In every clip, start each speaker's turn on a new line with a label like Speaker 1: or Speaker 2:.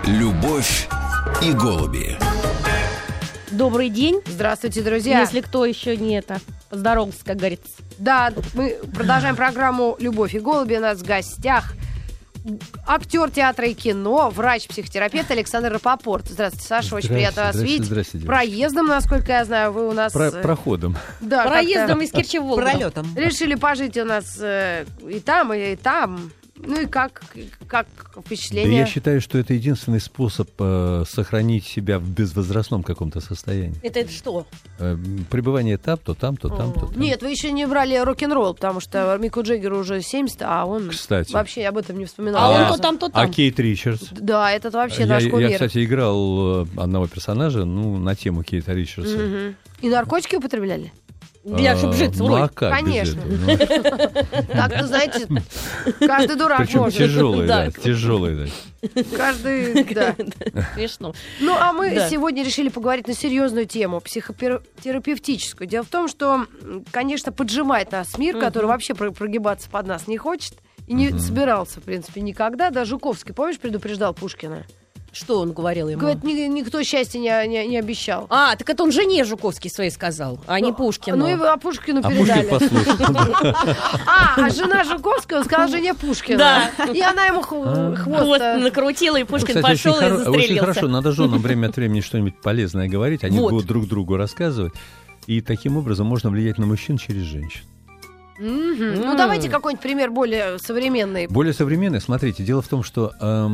Speaker 1: Любовь и голуби.
Speaker 2: Добрый день.
Speaker 3: Здравствуйте, друзья.
Speaker 2: Если кто еще не поздоровался, как говорится.
Speaker 3: Да, мы продолжаем программу «Любовь и голуби». У нас в гостях актер театра и кино, врач-психотерапевт Александр Рапопорт. Здравствуйте, Саша, очень приятно вас видеть.
Speaker 4: Здравствуйте.
Speaker 3: Проездом, насколько я знаю, вы у нас...
Speaker 4: Проходом.
Speaker 3: Да,
Speaker 2: проездом из Керчи в Волгу.
Speaker 5: Пролетом.
Speaker 3: решили пожить у нас и там, и там. Ну и как
Speaker 4: Да
Speaker 3: впечатление?
Speaker 4: я считаю, что это единственный способ сохранить себя в безвозрастном каком-то состоянии.
Speaker 2: Это что?
Speaker 4: Пребывание там, то там, то там, то там.
Speaker 3: Нет, вы еще не брали рок-н-ролл, потому что Мику Джаггеру уже 70, а он
Speaker 4: Кстати.
Speaker 3: вообще об этом не вспоминал.
Speaker 2: А
Speaker 3: ни
Speaker 2: он
Speaker 3: разу.
Speaker 2: то там, то
Speaker 4: А
Speaker 2: там.
Speaker 4: Кейт Ричардс?
Speaker 3: Да, этот вообще наш
Speaker 4: Я,
Speaker 3: кумир.
Speaker 4: кстати, играл одного персонажа, на тему Кейта Ричардса.
Speaker 3: Мгм. И наркотики употребляли?
Speaker 2: Чтобы житься в
Speaker 4: Ну,
Speaker 2: роль.
Speaker 4: а как
Speaker 3: Конечно.
Speaker 4: без этого?
Speaker 3: Так-то, знаете, каждый дурак
Speaker 4: Причем
Speaker 3: может.
Speaker 4: тяжелые,
Speaker 2: Да.
Speaker 4: да, тяжелые, да.
Speaker 3: Каждый, да.
Speaker 2: Смешно.
Speaker 3: Ну, а мы
Speaker 2: Да.
Speaker 3: сегодня решили поговорить на серьезную тему, психотерапевтическую. Дело в том, что, конечно, поджимает нас мир, который вообще прогибаться под нас не хочет и не собирался, в принципе, никогда. Да, Жуковский, помнишь, предупреждал Пушкина?
Speaker 2: Что он говорил ему?
Speaker 3: Говорит, никто счастья не обещал.
Speaker 2: А, так это он жене Жуковский своей сказал, а не Пушкину.
Speaker 3: Ну, и Пушкину
Speaker 4: А
Speaker 3: передали.
Speaker 4: Пушкин послушал.
Speaker 3: А жена Жуковского, он сказал жене Пушкина.
Speaker 2: Да.
Speaker 3: И она ему
Speaker 2: Хвост
Speaker 3: хвост...
Speaker 2: накрутила, и Пушкин
Speaker 4: Кстати,
Speaker 2: пошел и
Speaker 4: очень
Speaker 2: застрелился.
Speaker 4: хорошо, надо женам время от времени что-нибудь полезное говорить, они
Speaker 2: Вот.
Speaker 4: будут друг другу рассказывать, и таким образом можно влиять на мужчин через женщин.
Speaker 3: Мгм. Ну, давайте какой-нибудь пример более современный.
Speaker 4: Более современное, смотрите, дело в том, что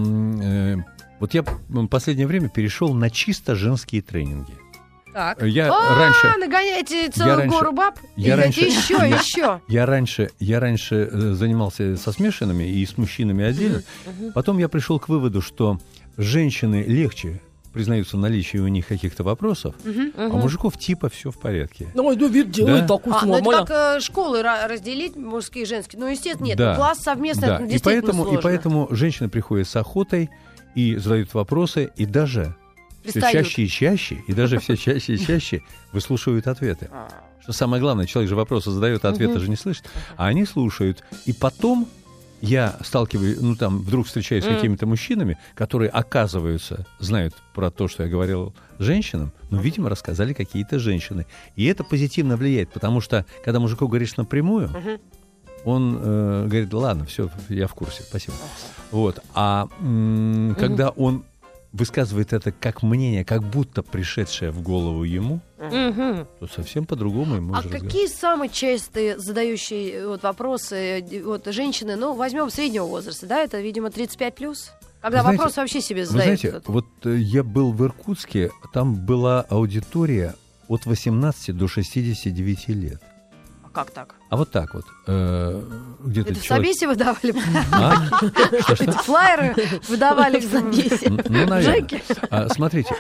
Speaker 4: вот я в последнее время перешел на чисто женские тренинги.
Speaker 2: Так.
Speaker 4: Я раньше...
Speaker 3: Нагоняете целую гору баб?
Speaker 4: я раньше-
Speaker 3: Еще.
Speaker 4: Я раньше занимался со смешанными и с мужчинами отдельно. Потом я пришел к выводу, что женщины легче признаются в наличии у них каких-то вопросов, а у мужиков типа все в порядке.
Speaker 2: Ну, вид делает
Speaker 4: Да.
Speaker 2: такую
Speaker 3: Ну это
Speaker 2: нормально.
Speaker 3: как школы разделить, мужские и женские. Ну, естественно, нет.
Speaker 4: Да.
Speaker 3: Ну, класс совместно,
Speaker 4: Да.
Speaker 3: это
Speaker 4: И
Speaker 3: действительно сложно.
Speaker 4: поэтому женщины приходят с охотой и задают вопросы, и даже все
Speaker 3: Пристают.
Speaker 4: чаще и чаще, и даже все чаще и чаще выслушивают ответы. Что самое главное, человек же вопросы задает, а ответа же не слышит. А они слушают. И потом я сталкиваюсь, вдруг встречаюсь с какими-то мужчинами, которые, оказывается, знают про то, что я говорил женщинам, но, видимо, рассказали какие-то женщины. И это позитивно влияет, потому что, когда мужику говоришь напрямую, он говорит, ладно, все, я в курсе, спасибо. Вот. А когда он высказывает это как мнение, как будто пришедшее в голову ему, то совсем по-другому ему
Speaker 3: А
Speaker 4: уже
Speaker 3: какие самые частые задающие вопросы женщины, возьмем среднего возраста, да, это, видимо, 35+? Когда
Speaker 4: Знаете,
Speaker 3: вопрос вообще себе
Speaker 4: Вы
Speaker 3: задают.
Speaker 4: знаете, вот я был в Иркутске, там была аудитория от 18 до 69 лет.
Speaker 3: А как так?
Speaker 4: А вот так вот. Где-то
Speaker 3: Это в Собесе выдавали?
Speaker 4: А? Что-что?
Speaker 3: Флаеры выдавали в Собесе.
Speaker 4: Ну, наверное.
Speaker 3: Жеки.
Speaker 4: Смотрите,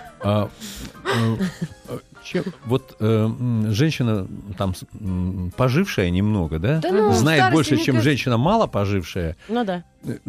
Speaker 4: женщина там пожившая немного, да,
Speaker 3: Да ну, в
Speaker 4: знает
Speaker 3: старости,
Speaker 4: больше,
Speaker 3: мне
Speaker 4: чем
Speaker 3: кажется.
Speaker 4: женщина мало пожившая,
Speaker 2: Ну да.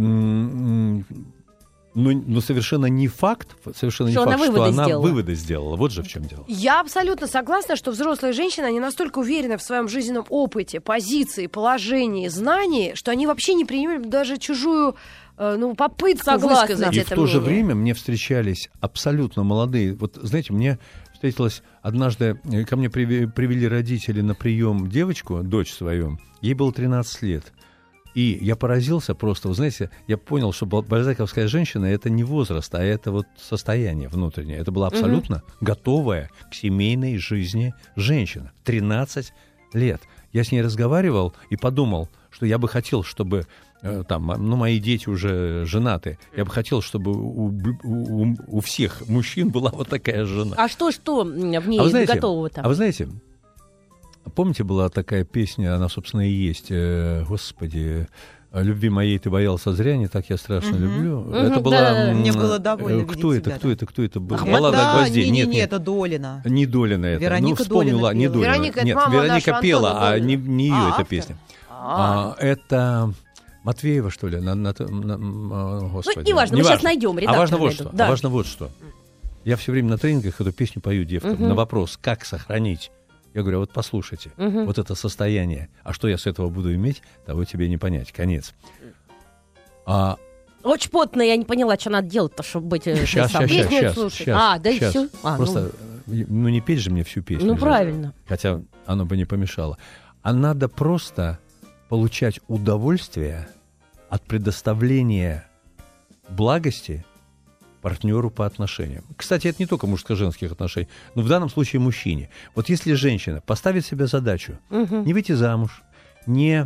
Speaker 4: но совершенно не факт,
Speaker 2: Что она
Speaker 4: что
Speaker 2: выводы
Speaker 4: она
Speaker 2: сделала.
Speaker 4: выводы сделала. Вот же в чем дело.
Speaker 3: Я абсолютно согласна, что взрослые женщины, они настолько уверены в своем жизненном опыте, позиции, положении, знании, что они вообще не принимают даже чужую попытку
Speaker 2: Согласна.
Speaker 3: высказать
Speaker 4: И
Speaker 3: это
Speaker 4: в то же
Speaker 3: мнение.
Speaker 4: время мне встречались абсолютно молодые. Вот, знаете, мне встретилась однажды, ко мне привели родители на прием девочку, дочь свою, ей было 13 лет. И я поразился просто, вы знаете, я понял, что бальзаковская женщина — это не возраст, а это вот состояние внутреннее. Это была абсолютно готовая к семейной жизни женщина. 13 лет. Я с ней разговаривал и подумал, что я бы хотел, чтобы мои дети уже женаты. Я бы хотел, чтобы у всех мужчин была вот такая жена.
Speaker 2: А что в ней
Speaker 4: А вы знаете,
Speaker 2: готового-то?
Speaker 4: Помните, была такая песня, она, собственно, и есть, Господи, «Любви моей ты боялся зря, не так я страшно люблю». Это была...
Speaker 2: Да-да-да.
Speaker 5: Мне было довольно
Speaker 4: Кто
Speaker 5: видеть
Speaker 4: это,
Speaker 5: тебя,
Speaker 4: кто это был?
Speaker 5: Ах,
Speaker 4: Баллада о гвозде.
Speaker 5: не, это Долина.
Speaker 4: Не Долина это.
Speaker 5: Вероника
Speaker 4: вспомнила,
Speaker 5: Долина
Speaker 4: не
Speaker 5: пела.
Speaker 4: Долина.
Speaker 3: Вероника, это
Speaker 4: Нет,
Speaker 3: мама
Speaker 4: Вероника
Speaker 3: нашего
Speaker 4: пела,
Speaker 3: Антона
Speaker 4: а
Speaker 3: Долина.
Speaker 4: не ее эта
Speaker 5: автор?
Speaker 4: песня. Это Матвеева, что ли? Господи.
Speaker 2: неважно, мы сейчас найдем,
Speaker 4: А
Speaker 2: редакторы
Speaker 4: важно вот
Speaker 2: найдут.
Speaker 4: что.
Speaker 2: Да.
Speaker 4: А важно вот что. Я все время на тренингах эту песню пою девкам. На вопрос, как сохранить. Я говорю, вот послушайте, вот это состояние. А что я с этого буду иметь, того тебе не понять. Конец.
Speaker 2: Очень потно, я не поняла, что надо делать-то, чтобы быть...
Speaker 4: Сейчас.
Speaker 3: Песню слушать.
Speaker 2: Да и всё?
Speaker 4: Просто, не петь же мне всю песню.
Speaker 2: Ну,
Speaker 4: же.
Speaker 2: правильно.
Speaker 4: Хотя оно бы не помешало. А надо просто получать удовольствие от предоставления благости партнеру по отношениям. Кстати, это не только мужско-женских отношений, но в данном случае мужчине. Вот если женщина поставит себе задачу не выйти замуж, не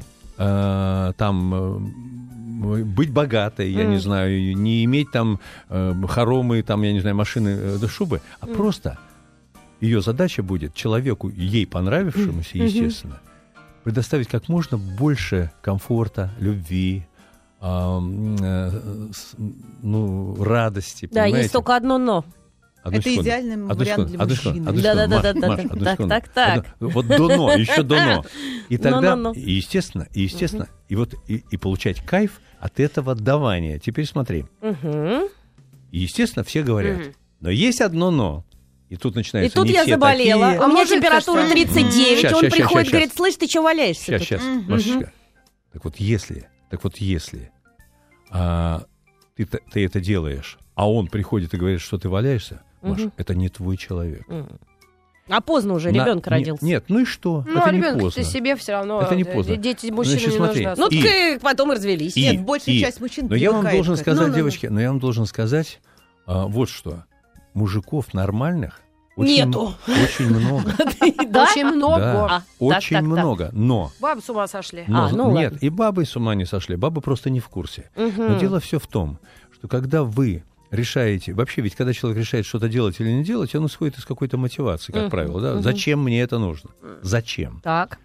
Speaker 4: быть богатой, я не знаю, не иметь там хоромы, там, я не знаю, машины, шубы, а просто ее задача будет человеку, ей понравившемуся, естественно, предоставить как можно больше комфорта, любви, радости.
Speaker 2: Да,
Speaker 4: понимаете?
Speaker 2: есть только одно «но».
Speaker 4: Одну
Speaker 5: Это
Speaker 4: секунду.
Speaker 5: идеальный вариант для мужчины.
Speaker 2: Да-да-да.
Speaker 4: Маш, одну секунду.
Speaker 2: Так.
Speaker 4: Вот до «но», еще до «но». И тогда,
Speaker 2: Но.
Speaker 4: и естественно, и получать кайф от этого давания. Теперь смотри. И, естественно, все говорят, но есть одно «но». И тут начинается
Speaker 2: И тут
Speaker 4: не
Speaker 2: я
Speaker 4: все
Speaker 2: заболела,
Speaker 4: такие.
Speaker 2: у меня
Speaker 3: мужик-то
Speaker 2: температура
Speaker 3: что?
Speaker 2: 39,
Speaker 4: Щас,
Speaker 2: он
Speaker 4: щас,
Speaker 2: приходит,
Speaker 4: щас.
Speaker 2: говорит, слышь, ты что валяешься
Speaker 4: Сейчас,
Speaker 2: тут?
Speaker 4: Машечка. Так вот, если ты это делаешь, а он приходит и говорит, что ты валяешься, Маша, это не твой человек.
Speaker 2: А поздно уже, ребенок родился.
Speaker 4: Нет, ну и что?
Speaker 3: Ну,
Speaker 4: это
Speaker 3: а
Speaker 4: не
Speaker 3: ребенка
Speaker 4: поздно.
Speaker 3: ты себе все равно.
Speaker 4: Это не поздно.
Speaker 3: Дети мужчины
Speaker 4: Значит,
Speaker 3: не
Speaker 4: смотри.
Speaker 3: нужны.
Speaker 2: Ну,
Speaker 4: И-
Speaker 2: так потом и развелись.
Speaker 5: Нет, большая часть мужчин
Speaker 4: Но я вам
Speaker 5: привыкает
Speaker 4: должен
Speaker 5: к этому.
Speaker 4: сказать, девочки, вот что. Мужиков нормальных очень,
Speaker 2: Нету.
Speaker 4: очень много.
Speaker 2: Да?
Speaker 3: Очень много.
Speaker 4: Да, очень
Speaker 2: так.
Speaker 4: много. Но
Speaker 3: Бабы с ума сошли.
Speaker 2: ну
Speaker 4: нет,
Speaker 2: ладно.
Speaker 4: и бабы с ума не сошли. Бабы просто не в курсе. Но дело все в том, что когда вы решаете... Вообще, ведь когда человек решает что-то делать или не делать, он исходит из какой-то мотивации, как правило. Да? Зачем мне это нужно? Зачем?
Speaker 2: Так.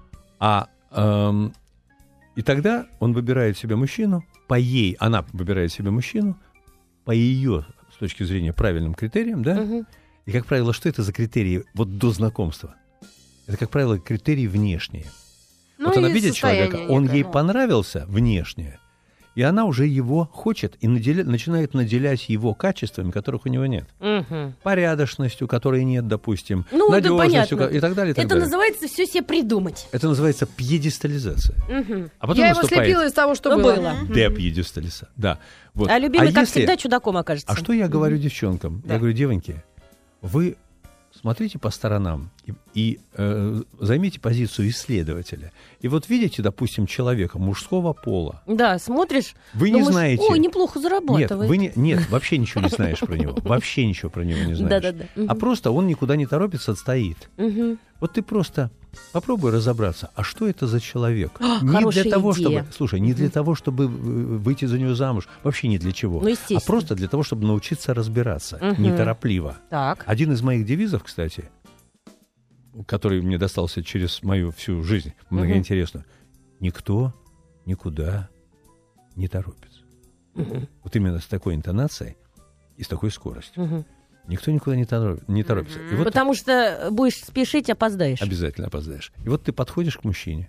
Speaker 4: И тогда он выбирает себе мужчину, она выбирает себе мужчину по ее, с точки зрения, правильным критериям, да? И, как правило, что это за критерии вот до знакомства? Это, как правило, критерии внешние.
Speaker 3: Ну,
Speaker 4: вот она
Speaker 3: и
Speaker 4: видит человека,
Speaker 3: состояние
Speaker 4: он
Speaker 3: некое,
Speaker 4: ей
Speaker 3: ну.
Speaker 4: понравился внешне, и она уже его хочет и начинает наделять его качествами, которых у него нет. Порядочностью, которой нет, допустим,
Speaker 2: Ну, да,
Speaker 4: надежностью
Speaker 2: понятно.
Speaker 4: и так далее. И так
Speaker 2: Это
Speaker 4: далее.
Speaker 2: называется все себе придумать.
Speaker 4: Это называется пьедестализация. А потом
Speaker 3: Я его
Speaker 4: наступает
Speaker 3: слепила из того, что
Speaker 2: Ну,
Speaker 3: было.
Speaker 2: было.
Speaker 4: депьедестализация. Да. Вот.
Speaker 2: А любимый, как
Speaker 4: если-
Speaker 2: всегда, чудаком окажется.
Speaker 4: А что я говорю девчонкам?
Speaker 2: Да.
Speaker 4: Я говорю, девоньки, вы смотрите по сторонам и займите позицию исследователя. И вот видите, допустим, человека мужского пола.
Speaker 2: Да, смотришь,
Speaker 4: Вы не
Speaker 2: думаешь,
Speaker 4: знаете.
Speaker 2: ой, неплохо зарабатывает.
Speaker 4: Нет, вообще ничего не знаешь про него. Вообще ничего про него не знаешь.
Speaker 2: Да-да-да.
Speaker 4: А просто он никуда не торопится, стоит. Вот ты просто попробуй разобраться, а что это за человек? Не
Speaker 2: хорошая
Speaker 4: для того,
Speaker 2: идея.
Speaker 4: чтобы, слушай, не для того, чтобы выйти за него замуж, вообще не для чего.
Speaker 2: Ну, естественно.
Speaker 4: А просто для того, чтобы научиться разбираться неторопливо.
Speaker 2: Так.
Speaker 4: Один из моих девизов, кстати, который мне достался через мою всю жизнь, многоинтересную, никто никуда не торопится. Вот именно с такой интонацией и с такой скоростью. Никто никуда не торопится. И вот
Speaker 2: Потому что будешь спешить, опоздаешь.
Speaker 4: обязательно опоздаешь. И вот ты подходишь к мужчине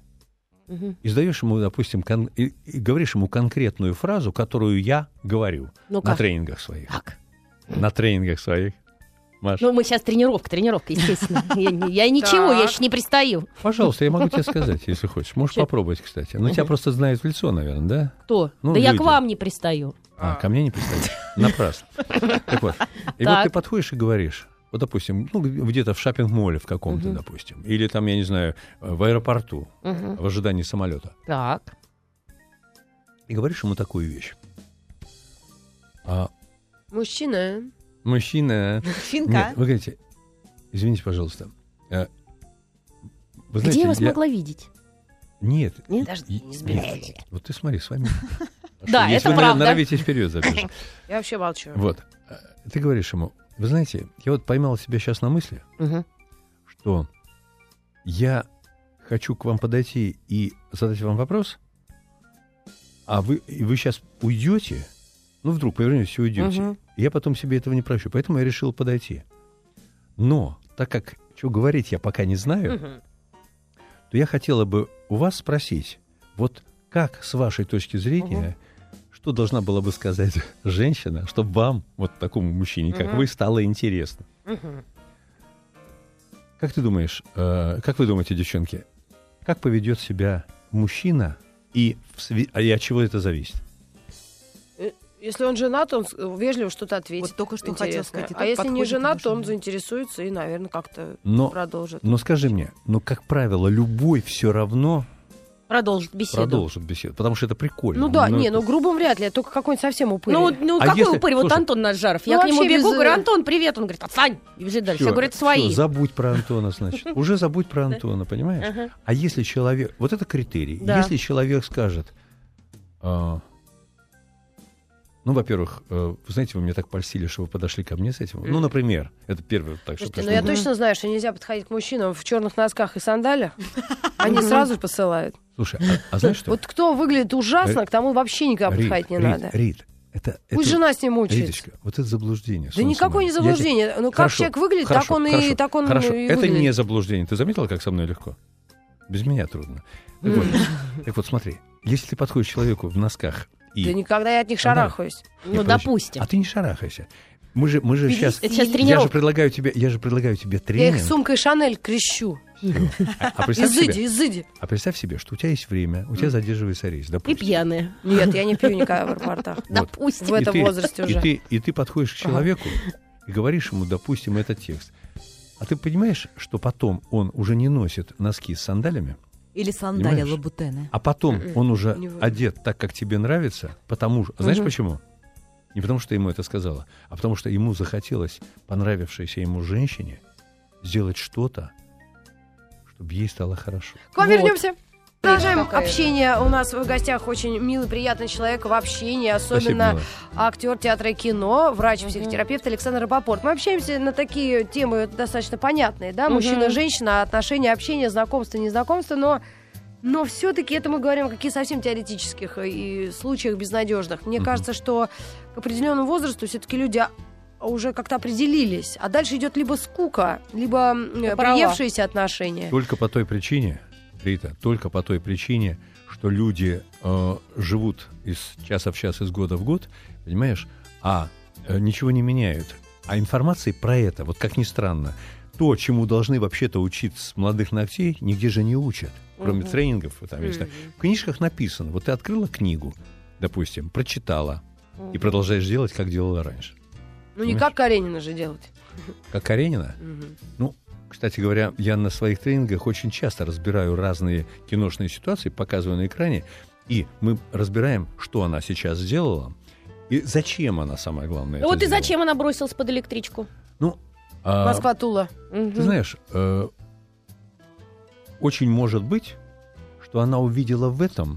Speaker 4: и задаешь ему, допустим, и говоришь ему конкретную фразу, которую я говорю
Speaker 2: Ну-ка.
Speaker 4: на тренингах своих.
Speaker 2: Так.
Speaker 4: На тренингах своих. Маша,
Speaker 2: Ну, мы сейчас тренировка, естественно. Я ничего, я еще не пристаю.
Speaker 4: пожалуйста, я могу тебе сказать, если хочешь. Можешь попробовать, кстати. Но тебя просто знают в лицо, наверное, да?
Speaker 2: Кто?
Speaker 4: Ну,
Speaker 2: Да я к
Speaker 4: люди.
Speaker 2: вам не пристаю.
Speaker 4: Ко мне не пристать. Напрасно. Так вот. И вот
Speaker 2: Так.
Speaker 4: ты подходишь и говоришь, вот, допустим, где-то в шоппинг-моле в каком-то, допустим, или там, я не знаю, в аэропорту, в ожидании самолета.
Speaker 2: Так.
Speaker 4: И говоришь ему такую вещь.
Speaker 3: Мужчина.
Speaker 4: Мужчина...
Speaker 5: Финка.
Speaker 4: Нет, вы говорите, извините, пожалуйста. Вы знаете,
Speaker 2: Где я вас могла видеть?
Speaker 4: Нет.
Speaker 2: Нет?
Speaker 4: Нет. Вот ты смотри, с вами.
Speaker 2: Да,
Speaker 4: Если
Speaker 2: это
Speaker 4: вы
Speaker 2: правда.
Speaker 4: норовитесь вперед забежать.
Speaker 3: Я вообще молчу.
Speaker 4: Вот. Ты говоришь ему, вы знаете, я вот поймал себя сейчас на мысли, что я хочу к вам подойти и задать вам вопрос, а вы сейчас уйдете, вдруг повернетесь и уйдете. Я потом себе этого не прощу, поэтому я решил подойти. Но, так как что говорить я пока не знаю, то я хотела бы у вас спросить, вот как, с вашей точки зрения, что должна была бы сказать женщина, чтобы вам, вот такому мужчине, как вы, стало интересно? Как ты думаешь, как вы думаете, девчонки, как поведет себя мужчина и от чего это зависит?
Speaker 3: Если он женат, он вежливо что-то ответит.
Speaker 5: Вот только что
Speaker 3: интересное.
Speaker 5: хотел сказать.
Speaker 3: А если не
Speaker 5: подходит
Speaker 3: женат,
Speaker 5: к
Speaker 3: то он
Speaker 5: машине.
Speaker 3: заинтересуется и, наверное, как-то продолжит.
Speaker 4: Но скажи мне, как правило, любой все равно
Speaker 2: Продолжит беседу.
Speaker 4: продолжит беседу, потому что это прикольно.
Speaker 3: Ну да, грубым вряд ли, только какой-нибудь совсем упырь.
Speaker 2: Какой
Speaker 4: если-
Speaker 2: упырь? Вот
Speaker 4: слушай,
Speaker 2: Антон Наджаров. Я к нему
Speaker 3: вообще
Speaker 2: бегу,
Speaker 3: без-
Speaker 2: говорю, Антон, привет. Он говорит, отстань. И бежит дальше.
Speaker 4: Всё,
Speaker 2: Я говорю, это свои.
Speaker 4: всё, забудь про Антона, значит. Уже забудь про Антона, понимаешь?
Speaker 2: Ага.
Speaker 4: А если человек... Вот это критерий.
Speaker 2: Да.
Speaker 4: Если человек скажет... во-первых, вы знаете, вы мне так польстили, что вы подошли ко мне с этим. Ну, например, это первое. Так, что
Speaker 3: Слушайте, я точно знаю, что нельзя подходить к мужчинам в черных носках и сандалях. Они сразу посылают.
Speaker 4: Слушай, а знаешь что?
Speaker 3: Вот кто выглядит ужасно, к тому вообще никогда подходить не надо.
Speaker 4: Рит, это...
Speaker 3: Пусть жена с ним мучается.
Speaker 4: Риточка, вот это заблуждение.
Speaker 3: Да никакое не заблуждение. Ну, как человек выглядит, так он и
Speaker 4: Это
Speaker 3: выглядит.
Speaker 4: не заблуждение. Ты заметила, как со мной легко? Без меня трудно. Так вот, смотри. Если ты подходишь к человеку в носках и...
Speaker 3: Да никогда я от них шарахаюсь.
Speaker 2: Ну, допустим.
Speaker 4: А ты не шарахайся. Мы же сейчас...
Speaker 2: Это сейчас
Speaker 4: Я
Speaker 2: тренировка.
Speaker 4: же предлагаю тебе
Speaker 3: Я
Speaker 4: тренинг.
Speaker 3: их сумкой Шанель крещу.
Speaker 4: А представь себе,
Speaker 3: Изыди.
Speaker 4: А представь себе, что у тебя есть время, у тебя задерживается рейс,
Speaker 2: И
Speaker 4: допустим.
Speaker 2: пьяные.
Speaker 3: Нет, я не пью никогда в аэропортах.
Speaker 2: Допустим.
Speaker 3: В этом
Speaker 4: И ты-
Speaker 3: возрасте уже.
Speaker 4: И ты подходишь к человеку и говоришь ему, допустим, этот текст. А ты понимаешь, что потом он уже не носит носки с сандалями,
Speaker 5: Или сандали
Speaker 4: Понимаешь?
Speaker 5: лабутены.
Speaker 4: а потом он уже
Speaker 3: не выйдет.
Speaker 4: одет так, как тебе нравится, потому что... Знаешь почему? Не потому, что ему это сказала, а потому что ему захотелось понравившейся ему женщине сделать что-то, чтобы ей стало хорошо.
Speaker 3: К вам
Speaker 2: Вот.
Speaker 3: вернемся. Продолжаем
Speaker 2: Какая-
Speaker 3: общение. У нас в гостях очень милый, приятный человек в общении, особенно
Speaker 4: милая.
Speaker 3: актер театра и кино, врач-психотерапевт Александр Рапопорт. Мы общаемся на такие темы достаточно понятные, да, мужчина, женщина, отношения, общение, знакомство, незнакомство, но все-таки это мы говорим о каких совсем теоретических и случаях безнадежных. Мне кажется, что к определенному возрасту все-таки люди уже как-то определились, а дальше идет либо скука, либо
Speaker 2: права.
Speaker 3: приевшиеся отношения.
Speaker 4: Только по той причине, Рита, только по той причине, что люди живут из часа в час, из года в год, понимаешь, ничего не меняют. А информации про это, вот как ни странно, то, чему должны вообще-то учиться с молодых ногтей, нигде же не учат, кроме тренингов. Там, я не знаю. В книжках написано, вот ты открыла книгу, допустим, прочитала, и продолжаешь делать, как делала раньше.
Speaker 3: Ну, не как Каренина же делать.
Speaker 4: Как Каренина? Ну, кстати говоря, я на своих тренингах очень часто разбираю разные киношные ситуации, показываю на экране, и мы разбираем, что она сейчас сделала, и зачем она, самое главное, это
Speaker 2: Вот и
Speaker 4: сделала.
Speaker 2: зачем она бросилась под электричку?
Speaker 4: Ну,
Speaker 3: Москва-Тула.
Speaker 4: ты знаешь, очень может быть, что она увидела в этом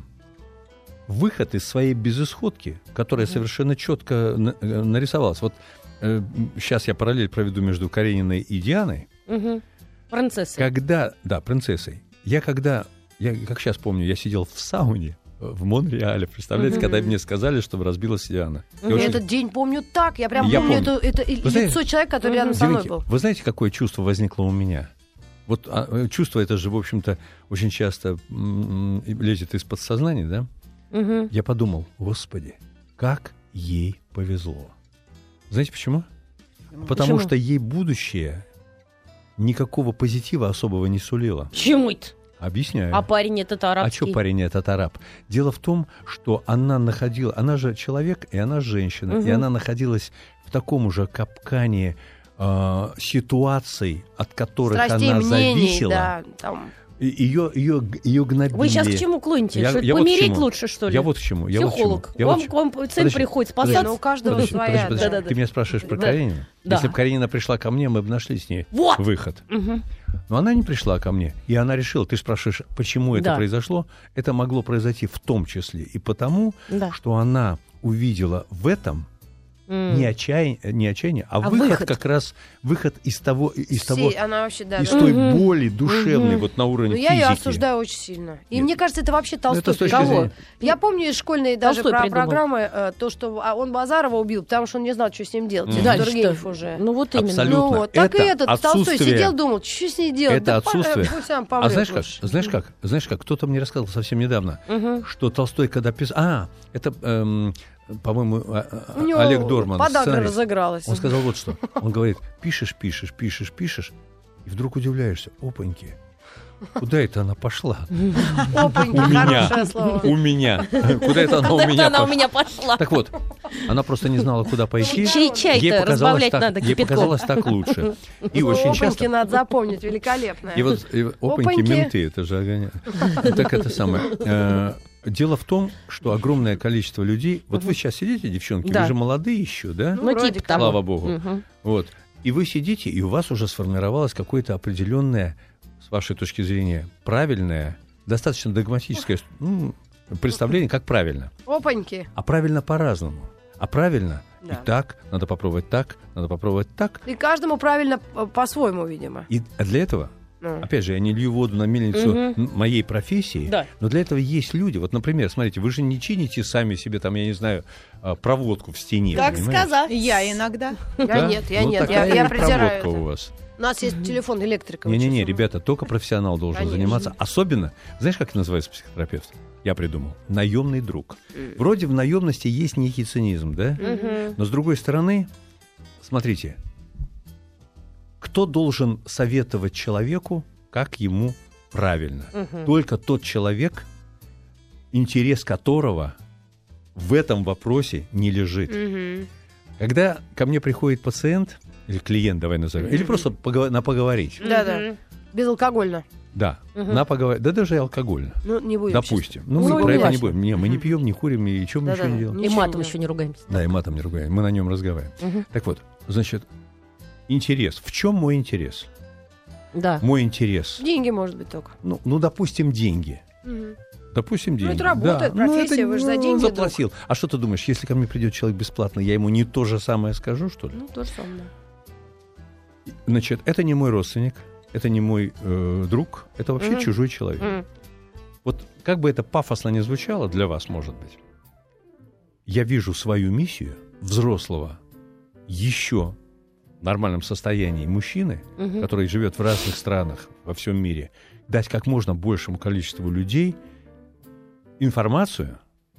Speaker 4: выход из своей безысходки, которая совершенно четко нарисовалась. Вот сейчас я параллель проведу между Карениной и Дианой.
Speaker 2: Принцесса.
Speaker 4: Принцессой. Я как сейчас помню, я сидел в сауне в Монреале, представляете, когда мне сказали, что разбилась Диана.
Speaker 3: Я этот день помню так. Я прям
Speaker 4: Я
Speaker 3: помню
Speaker 4: помню.
Speaker 3: это
Speaker 4: Вы
Speaker 3: лицо
Speaker 4: знаете,
Speaker 3: человека, который рядом со мной
Speaker 4: Девочки,
Speaker 3: был.
Speaker 4: вы знаете, какое чувство возникло у меня? Вот чувство это же, в общем-то, очень часто лезет из подсознания, да? Я подумал, господи, как ей повезло. Знаете почему? Потому что ей будущее никакого позитива особого не сулило.
Speaker 2: Почему это?
Speaker 4: Объясняю.
Speaker 2: А парень этот
Speaker 4: А
Speaker 2: арабский?
Speaker 4: что парень этот араб? Дело в том, что она же человек, и она женщина, и она находилась в таком же капкане ситуаций, от которых
Speaker 3: Страстей,
Speaker 4: она
Speaker 3: мнений,
Speaker 4: зависела.
Speaker 3: да, там.
Speaker 4: Ее гнобили.
Speaker 2: Вы сейчас к чему клоните?
Speaker 4: Я
Speaker 2: Что,
Speaker 4: вот к
Speaker 2: помереть
Speaker 4: чему.
Speaker 2: лучше, что ли?
Speaker 4: Я вот к чему.
Speaker 2: Психолог. К вам цель
Speaker 4: Подожди,
Speaker 2: приходит
Speaker 3: Не,
Speaker 2: спасаться.
Speaker 3: ну у каждого своя.
Speaker 4: Подожди.
Speaker 3: да.
Speaker 4: Ты меня спрашиваешь про
Speaker 2: Да.
Speaker 4: Каренину?
Speaker 2: Да.
Speaker 4: Если бы Каренина пришла ко мне, мы бы нашли с ней
Speaker 2: Вот.
Speaker 4: выход. Но она не пришла ко мне, и она решила, ты спрашиваешь, почему это
Speaker 2: Да.
Speaker 4: произошло? Это могло произойти в том числе и потому,
Speaker 2: Да.
Speaker 4: что она увидела в этом не отчаяние, а выход,
Speaker 2: выход.
Speaker 4: как раз выход из того,
Speaker 3: Она вообще, да.
Speaker 4: из
Speaker 3: да.
Speaker 4: той боли душевной вот на уровне
Speaker 3: Ну,
Speaker 4: физики.
Speaker 3: я ее осуждаю очень сильно. И
Speaker 4: Нет.
Speaker 3: мне кажется, это вообще Толстой.
Speaker 4: это с точки
Speaker 3: придумал.
Speaker 4: зрения-
Speaker 3: Я помню из школьной даже
Speaker 2: Толстой придумал.
Speaker 3: программы то, что он Базарова убил, потому что он не знал, что с ним делать. Это
Speaker 2: Дальше-то.
Speaker 3: Тургенев уже.
Speaker 2: Ну вот именно.
Speaker 4: Абсолютно.
Speaker 3: Ну вот, так и
Speaker 4: Это
Speaker 3: этот Толстой
Speaker 4: отсутствие-
Speaker 3: сидел, думал, что с ней делать.
Speaker 4: Это
Speaker 3: Да
Speaker 4: отсутствие.
Speaker 3: пусть сам
Speaker 4: А
Speaker 3: помрет
Speaker 4: знаешь
Speaker 3: лучше.
Speaker 4: как? Кто-то мне рассказал совсем недавно, что Толстой, когда писал... это, по-моему,
Speaker 3: У него
Speaker 4: Олег Дорман,
Speaker 3: подагра
Speaker 4: сценарист.
Speaker 3: разыгралась.
Speaker 4: Он сказал вот что. Он говорит, пишешь, и вдруг удивляешься. Опаньки. Куда это она пошла?
Speaker 3: Опаньки, хорошее слово.
Speaker 4: У меня. Куда это она у
Speaker 2: Куда она у
Speaker 4: меня
Speaker 2: меня пошла?
Speaker 4: Так вот, она просто не знала, куда пойти.
Speaker 2: Чай-то разбавлять надо
Speaker 4: ей
Speaker 2: кипятком.
Speaker 4: показалось так лучше. И очень
Speaker 3: Опаньки
Speaker 4: часто...
Speaker 3: надо запомнить, великолепно.
Speaker 4: И вот опаньки, менты, это же огонь. Так это самое. Дело в том, что огромное количество людей... Вот вы сейчас сидите, девчонки,
Speaker 2: Да.
Speaker 4: вы же молодые еще, да?
Speaker 2: Ну,
Speaker 3: вроде
Speaker 2: типа
Speaker 3: как.
Speaker 2: того.
Speaker 4: Слава богу. Вот. И вы сидите, и у вас уже сформировалось какое-то определенное, с вашей точки зрения, правильное, достаточно догматическое представление, как правильно.
Speaker 3: Опаньки.
Speaker 4: А правильно по-разному. А правильно
Speaker 3: Да.
Speaker 4: и так, надо попробовать так, надо попробовать так.
Speaker 3: И каждому правильно по-своему, видимо.
Speaker 4: И для этого, опять же, я не лью воду на мельницу моей профессии,
Speaker 2: Да.
Speaker 4: но для этого есть люди. Вот, например, смотрите, вы же не чините сами себе, там, я не знаю, проводку в стене.
Speaker 2: Как
Speaker 4: понимаете?
Speaker 2: сказать?
Speaker 5: Я иногда.
Speaker 3: Я
Speaker 4: Да?
Speaker 3: нет, я
Speaker 4: Ну,
Speaker 3: нет.
Speaker 4: такая
Speaker 3: Я
Speaker 4: вот
Speaker 3: презираю
Speaker 4: проводка
Speaker 3: это.
Speaker 4: у вас.
Speaker 3: У нас есть телефон электрика.
Speaker 4: Не-не-не, ребята, только профессионал должен
Speaker 3: Конечно.
Speaker 4: заниматься. Особенно, знаешь, как это называется психотерапевт? Я придумал. Наемный друг. Вроде в наемности есть некий цинизм, да? Но с другой стороны, смотрите, кто должен советовать человеку, как ему правильно? Только тот человек, интерес которого в этом вопросе не лежит. Когда ко мне приходит пациент, или клиент, давай назовем, или просто поговорить.
Speaker 3: Да-да. Безалкогольно.
Speaker 4: Да, на поговорить. Да даже и алкогольно.
Speaker 3: Ну, не будем
Speaker 4: Допустим.
Speaker 3: сейчас.
Speaker 4: Ну, мы
Speaker 3: Ну,
Speaker 4: про это не
Speaker 3: важно.
Speaker 4: будем. Не, мы не пьем, не курим, и чем мы
Speaker 3: Да-да.
Speaker 4: ничего не делаем.
Speaker 2: И
Speaker 3: Ничего
Speaker 2: матом
Speaker 3: не
Speaker 2: еще не ругаемся.
Speaker 4: Да, и матом не ругаем. Мы на нем разговариваем. Так вот, значит, интерес. В чем мой интерес?
Speaker 2: Да.
Speaker 4: Мой интерес.
Speaker 3: Деньги, может быть, только.
Speaker 4: Ну, допустим, деньги. Допустим, деньги.
Speaker 3: это работает, профессия,
Speaker 4: это,
Speaker 3: вы же за деньги
Speaker 4: заплатил. А что ты думаешь, если ко мне придет человек бесплатно, я ему не то же самое скажу, что ли?
Speaker 3: Ну, то же самое.
Speaker 4: Значит, это не мой родственник, это не мой друг, это вообще чужой человек. Вот как бы это пафосно не звучало для вас, может быть, я вижу свою миссию взрослого, еще в нормальном состоянии мужчины, который живет в разных странах во всем мире, дать как можно большему количеству людей информацию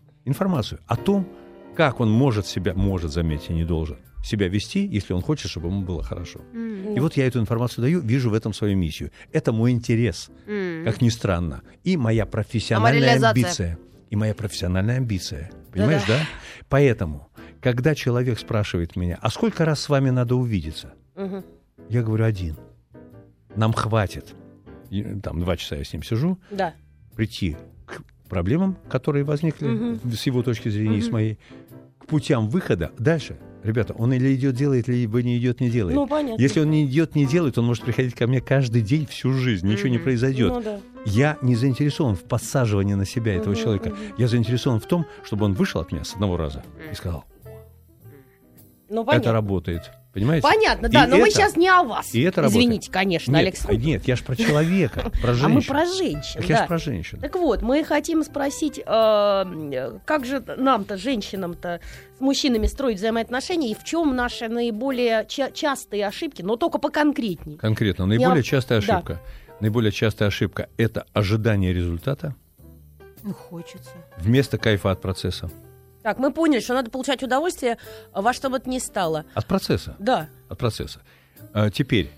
Speaker 4: о том, как он может, заметьте, не должен себя вести, если он хочет, чтобы ему было хорошо. И вот я эту информацию даю, вижу в этом свою миссию. Это мой интерес, как ни странно. И моя профессиональная
Speaker 3: реализация?
Speaker 4: амбиция. И моя профессиональная амбиция. Понимаешь, да? Поэтому, когда человек спрашивает меня, а сколько раз с вами надо увидеться? Я говорю, 1. Нам хватит. И, там 2 часа я с ним сижу.
Speaker 2: Да.
Speaker 4: Прийти к проблемам, которые возникли с его точки зрения и с моей, к путям выхода. Дальше, ребята, он или идет, делает, либо не идет, не делает.
Speaker 2: Ну, понятно.
Speaker 4: Если он не идет, не делает, он может приходить ко мне каждый день, всю жизнь, ничего не произойдет.
Speaker 2: Ну, да.
Speaker 4: Я не заинтересован в подсаживании на себя этого человека. Я заинтересован в том, чтобы он вышел от меня с одного раза и сказал,
Speaker 2: Ну, понятно.
Speaker 4: это работает. Понимаете?
Speaker 2: Понятно, да,
Speaker 4: И
Speaker 2: но мы
Speaker 4: это-
Speaker 2: сейчас не о вас.
Speaker 4: и это работает.
Speaker 2: Извините, конечно,
Speaker 4: Нет,
Speaker 2: Александр.
Speaker 4: нет, я же про человека, про женщину.
Speaker 2: А мы про женщин,
Speaker 4: Так я
Speaker 2: да.
Speaker 4: же про женщину.
Speaker 2: Так вот, мы хотим спросить, как же нам-то, женщинам-то, с мужчинами строить взаимоотношения, и в чем наши наиболее частые ошибки, но только поконкретней.
Speaker 4: Конкретно, наиболее
Speaker 2: Я-
Speaker 4: частая
Speaker 2: да.
Speaker 4: ошибка. Наиболее частая ошибка – это ожидание результата
Speaker 5: Ну, хочется.
Speaker 4: вместо кайфа от процесса.
Speaker 2: Так, мы поняли, что надо получать удовольствие во что бы то ни стало.
Speaker 4: От процесса.
Speaker 2: Да.
Speaker 4: От процесса. Теперь,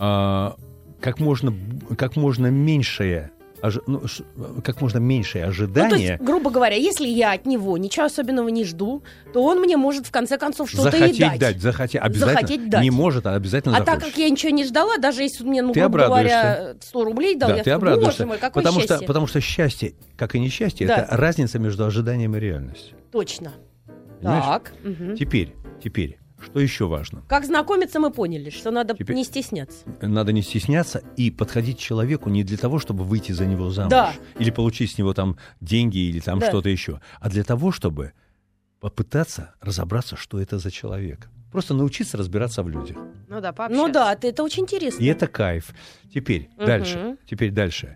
Speaker 4: как можно меньшее как можно меньшее
Speaker 2: Ну, то
Speaker 4: ожидание
Speaker 2: есть, грубо говоря, если я от него ничего особенного не жду, то он мне может в конце концов что-то и
Speaker 4: захотеть
Speaker 2: дать.
Speaker 4: обязательно.
Speaker 2: Захотеть дать.
Speaker 4: Не может, а обязательно
Speaker 2: А
Speaker 4: захочет.
Speaker 2: так как я ничего не ждала, даже если он мне, ну,
Speaker 4: Ты
Speaker 2: грубо говоря,
Speaker 4: обрадуешься.
Speaker 2: 100 рублей дал,
Speaker 4: Да,
Speaker 2: я
Speaker 4: ты
Speaker 2: скажу,
Speaker 4: обрадуешься.
Speaker 2: боже мой, какое
Speaker 4: потому
Speaker 2: счастье.
Speaker 4: потому что счастье, как и несчастье,
Speaker 2: Да.
Speaker 4: это разница между ожиданием и реальностью.
Speaker 2: Точно.
Speaker 4: Понимаешь?
Speaker 2: Так. Мгм.
Speaker 4: Теперь, что еще важно?
Speaker 2: Как знакомиться, мы поняли, что надо
Speaker 4: Теперь-
Speaker 2: не стесняться.
Speaker 4: Надо не стесняться и подходить к человеку не для того, чтобы выйти за него замуж.
Speaker 2: Да.
Speaker 4: Или получить с него там деньги или там
Speaker 2: Да.
Speaker 4: что-то еще. А для того, чтобы попытаться разобраться, что это за человек. Просто научиться разбираться в людях.
Speaker 3: Ну да, пообщаться.
Speaker 2: Ну да, это очень интересно.
Speaker 4: И это кайф. Теперь
Speaker 2: Мгм.
Speaker 4: дальше.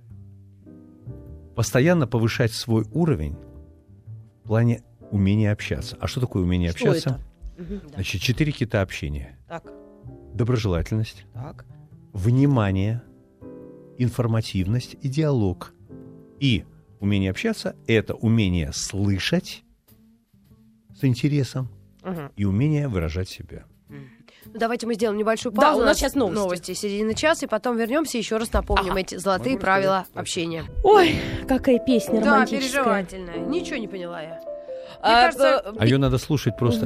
Speaker 4: Постоянно повышать свой уровень в плане умения общаться. А что такое умение
Speaker 2: Что
Speaker 4: общаться?
Speaker 2: это? Мгм, да.
Speaker 4: Значит, 4 кита общения.
Speaker 2: Так,
Speaker 4: Доброжелательность,
Speaker 2: так.
Speaker 4: внимание, информативность и диалог. И умение общаться – это умение слышать с интересом
Speaker 2: Мгм.
Speaker 4: и умение выражать себя.
Speaker 3: Давайте мы сделаем небольшую
Speaker 2: Да,
Speaker 3: паузу.
Speaker 2: у нас сейчас новости.
Speaker 3: Середины часа, и потом вернемся, еще раз напомним эти золотые правила общения.
Speaker 2: Ой, какая песня
Speaker 3: Да,
Speaker 2: романтическая.
Speaker 3: переживательная. Ничего не поняла я.
Speaker 4: А ее надо слушать просто,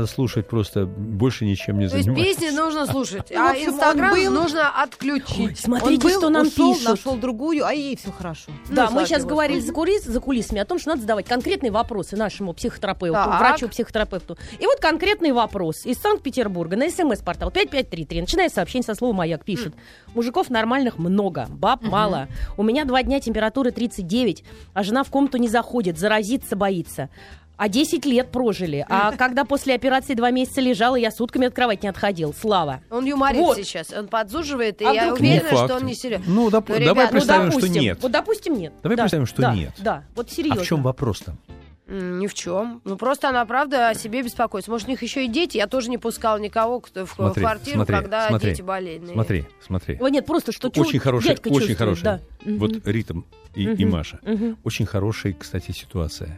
Speaker 4: больше ничем не
Speaker 3: То есть
Speaker 4: заниматься.
Speaker 3: песни нужно слушать,
Speaker 5: Ну, в
Speaker 3: а
Speaker 5: общем,
Speaker 3: Инстаграм
Speaker 5: он был-
Speaker 3: нужно отключить.
Speaker 2: Смотрите,
Speaker 5: Он был,
Speaker 2: что нам
Speaker 5: ушел,
Speaker 2: пишут.
Speaker 5: нашел другую, а ей все хорошо.
Speaker 2: Да,
Speaker 3: Ну,
Speaker 2: мы сейчас
Speaker 3: слава
Speaker 2: говорили
Speaker 3: Господу.
Speaker 2: за кулисами о том, что надо задавать конкретные вопросы нашему психотерапевту,
Speaker 3: Так.
Speaker 2: врачу-психотерапевту. И вот конкретный вопрос из Санкт-Петербурга на СМС-портал 5533. Начиная сообщение со слова «Маяк» пишет. Мужиков нормальных много, баб мало. У меня 2 дня температура 39, а жена в комнату не заходит, заразиться боится. А 10 лет прожили. А когда после операции 2 месяца лежала, я сутками от кровати не отходил. Слава.
Speaker 3: Он юморит
Speaker 2: Вот.
Speaker 3: сейчас, он подзуживает, и
Speaker 2: А
Speaker 3: я
Speaker 2: вдруг
Speaker 3: уверена,
Speaker 4: Не факт.
Speaker 3: что он не серьезно.
Speaker 4: Ну,
Speaker 3: ребят,
Speaker 4: давай представим, что
Speaker 2: допустим,
Speaker 4: нет.
Speaker 2: Вот, допустим, нет.
Speaker 4: Давай
Speaker 2: Да,
Speaker 4: представим, что
Speaker 2: да,
Speaker 4: нет.
Speaker 2: Да, вот
Speaker 4: А
Speaker 2: серьезно.
Speaker 4: в чем вопрос-то?
Speaker 3: Ни в чем. Ну, просто она, правда, о себе беспокоится. Может, у них еще и дети. Я тоже не пускала никого в квартиру, когда дети болезненные.
Speaker 4: Смотри.
Speaker 2: Ой, нет, просто что
Speaker 4: Очень хороший,
Speaker 2: дядька
Speaker 4: очень
Speaker 2: чувствует,
Speaker 4: хороший.
Speaker 2: да.
Speaker 4: Вот Рита и Маша.
Speaker 2: Мгм.
Speaker 4: Очень хорошая, кстати, ситуация.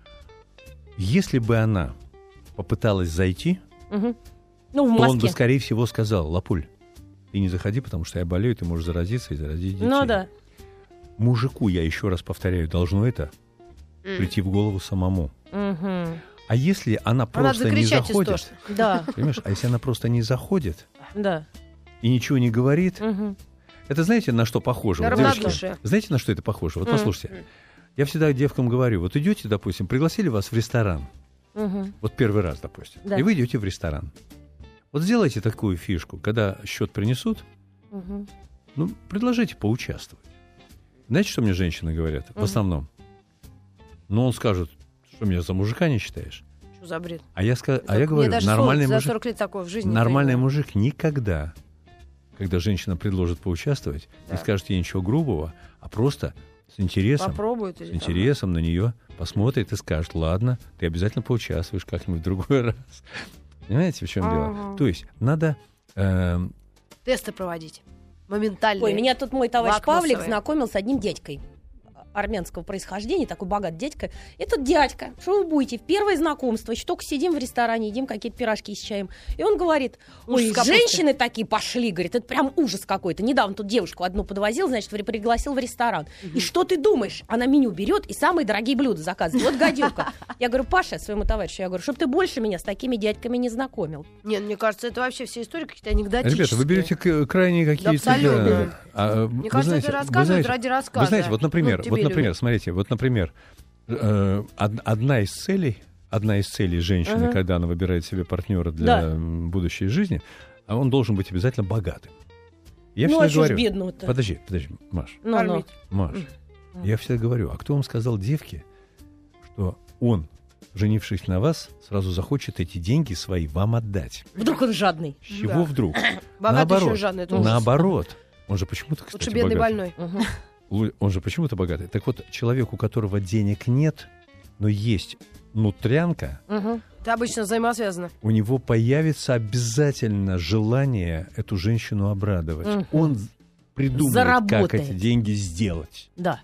Speaker 4: Если бы она попыталась зайти,
Speaker 2: Мгм. Ну, в
Speaker 4: то он бы,
Speaker 2: Москве.
Speaker 4: скорее всего, сказал: Лапуль, ты не заходи, потому что я болею, ты можешь заразиться и заразить детей.
Speaker 2: Ну да.
Speaker 4: Мужику, я еще раз повторяю, должно это прийти в голову самому.
Speaker 2: Мгм.
Speaker 4: А если она
Speaker 3: Надо
Speaker 4: просто не
Speaker 3: закричать
Speaker 4: заходит,
Speaker 3: истошно.
Speaker 2: Да,
Speaker 4: понимаешь, а если она просто не заходит
Speaker 2: да.
Speaker 4: и ничего не говорит,
Speaker 2: Мгм.
Speaker 4: это знаете, на что похоже?
Speaker 3: На
Speaker 4: Вот, девочки,
Speaker 3: равнодушие.
Speaker 4: знаете, на что это похоже? Вот послушайте. Я всегда девкам говорю: вот идете, допустим, пригласили вас в ресторан,
Speaker 2: Мгм.
Speaker 4: вот первый раз, допустим,
Speaker 2: Да.
Speaker 4: и вы идете в ресторан. Вот сделайте такую фишку, когда счет принесут,
Speaker 2: Мгм.
Speaker 4: ну, предложите поучаствовать. Знаете, что мне женщины говорят? В основном. Ну, он скажет: что меня за мужика не считаешь?
Speaker 3: Что за бред?
Speaker 4: А я
Speaker 3: Мне
Speaker 4: говорю,
Speaker 3: даже
Speaker 4: нормальный
Speaker 3: за
Speaker 4: мужик,
Speaker 3: 40 лет такого в жизни не
Speaker 4: нормальный
Speaker 3: поняла.
Speaker 4: мужик никогда, когда женщина предложит поучаствовать,
Speaker 3: Да.
Speaker 4: не скажет ей ничего грубого, а просто с интересом,
Speaker 3: Попробует.
Speaker 4: с интересом на нее посмотрит и скажет: ладно, ты обязательно поучаствуешь как-нибудь в другой раз. Понимаете, в чем
Speaker 3: Ага.
Speaker 4: дело? То есть надо...
Speaker 3: Тесты проводить. Моментально.
Speaker 2: Ой, меня тут мой товарищ
Speaker 3: Лакмусовые.
Speaker 2: Павлик знакомил с одним дядькой армянского происхождения, такой богатый дядька. Этот дядька, что вы будете, в первое знакомство, еще только сидим в ресторане, едим какие-то пирожки с чаем. И он говорит:
Speaker 3: Ужас
Speaker 2: ой,
Speaker 3: капусты.
Speaker 2: женщины такие пошли, говорит, это прям ужас какой-то. Недавно тут девушку одну подвозил, значит, пригласил в ресторан. И что ты думаешь? Она меню берет и самые дорогие блюда заказывает. Вот гадюка. Я говорю: Паша, своему товарищу, я говорю, чтобы ты больше меня с такими дядьками не знакомил.
Speaker 3: Нет, мне кажется, это вообще все истории какие-то анекдотические.
Speaker 4: Ребята, вы берете крайне какие-то...
Speaker 3: абсолютно.
Speaker 4: Мне
Speaker 3: Мне кажется, это рассказывают ради рассказа.
Speaker 4: Вы знаете, вот, например,
Speaker 3: Ну, тебе, Люля.
Speaker 4: смотрите, одна из целей женщины,
Speaker 2: Ага.
Speaker 4: когда она выбирает себе партнера для
Speaker 2: Да.
Speaker 4: будущей жизни, а он должен быть обязательно богатым. Я
Speaker 2: Ну,
Speaker 4: всегда
Speaker 2: а что ж
Speaker 4: говорю...
Speaker 2: бедного-то?
Speaker 4: Подожди, Маш.
Speaker 2: Ну, ну.
Speaker 4: Маш, я всегда говорю: а кто вам сказал, девки, что он, женившись на вас, сразу захочет эти деньги свои вам отдать?
Speaker 2: Вдруг он жадный.
Speaker 4: С чего
Speaker 3: Да.
Speaker 4: вдруг?
Speaker 3: Богатый еще и жадный, это ужас.
Speaker 4: Наоборот. Он же почему-то, кстати,
Speaker 3: Лучше бедный
Speaker 4: богатый.
Speaker 3: больной.
Speaker 4: Он же почему-то богатый. Так вот, человек, у которого денег нет, но есть нутрянка,
Speaker 2: Мгм.
Speaker 3: Это обычно взаимосвязано.
Speaker 4: у него появится обязательно желание эту женщину обрадовать.
Speaker 2: Мгм.
Speaker 4: Он придумает,
Speaker 2: Заработает.
Speaker 4: как эти деньги сделать.
Speaker 2: Да.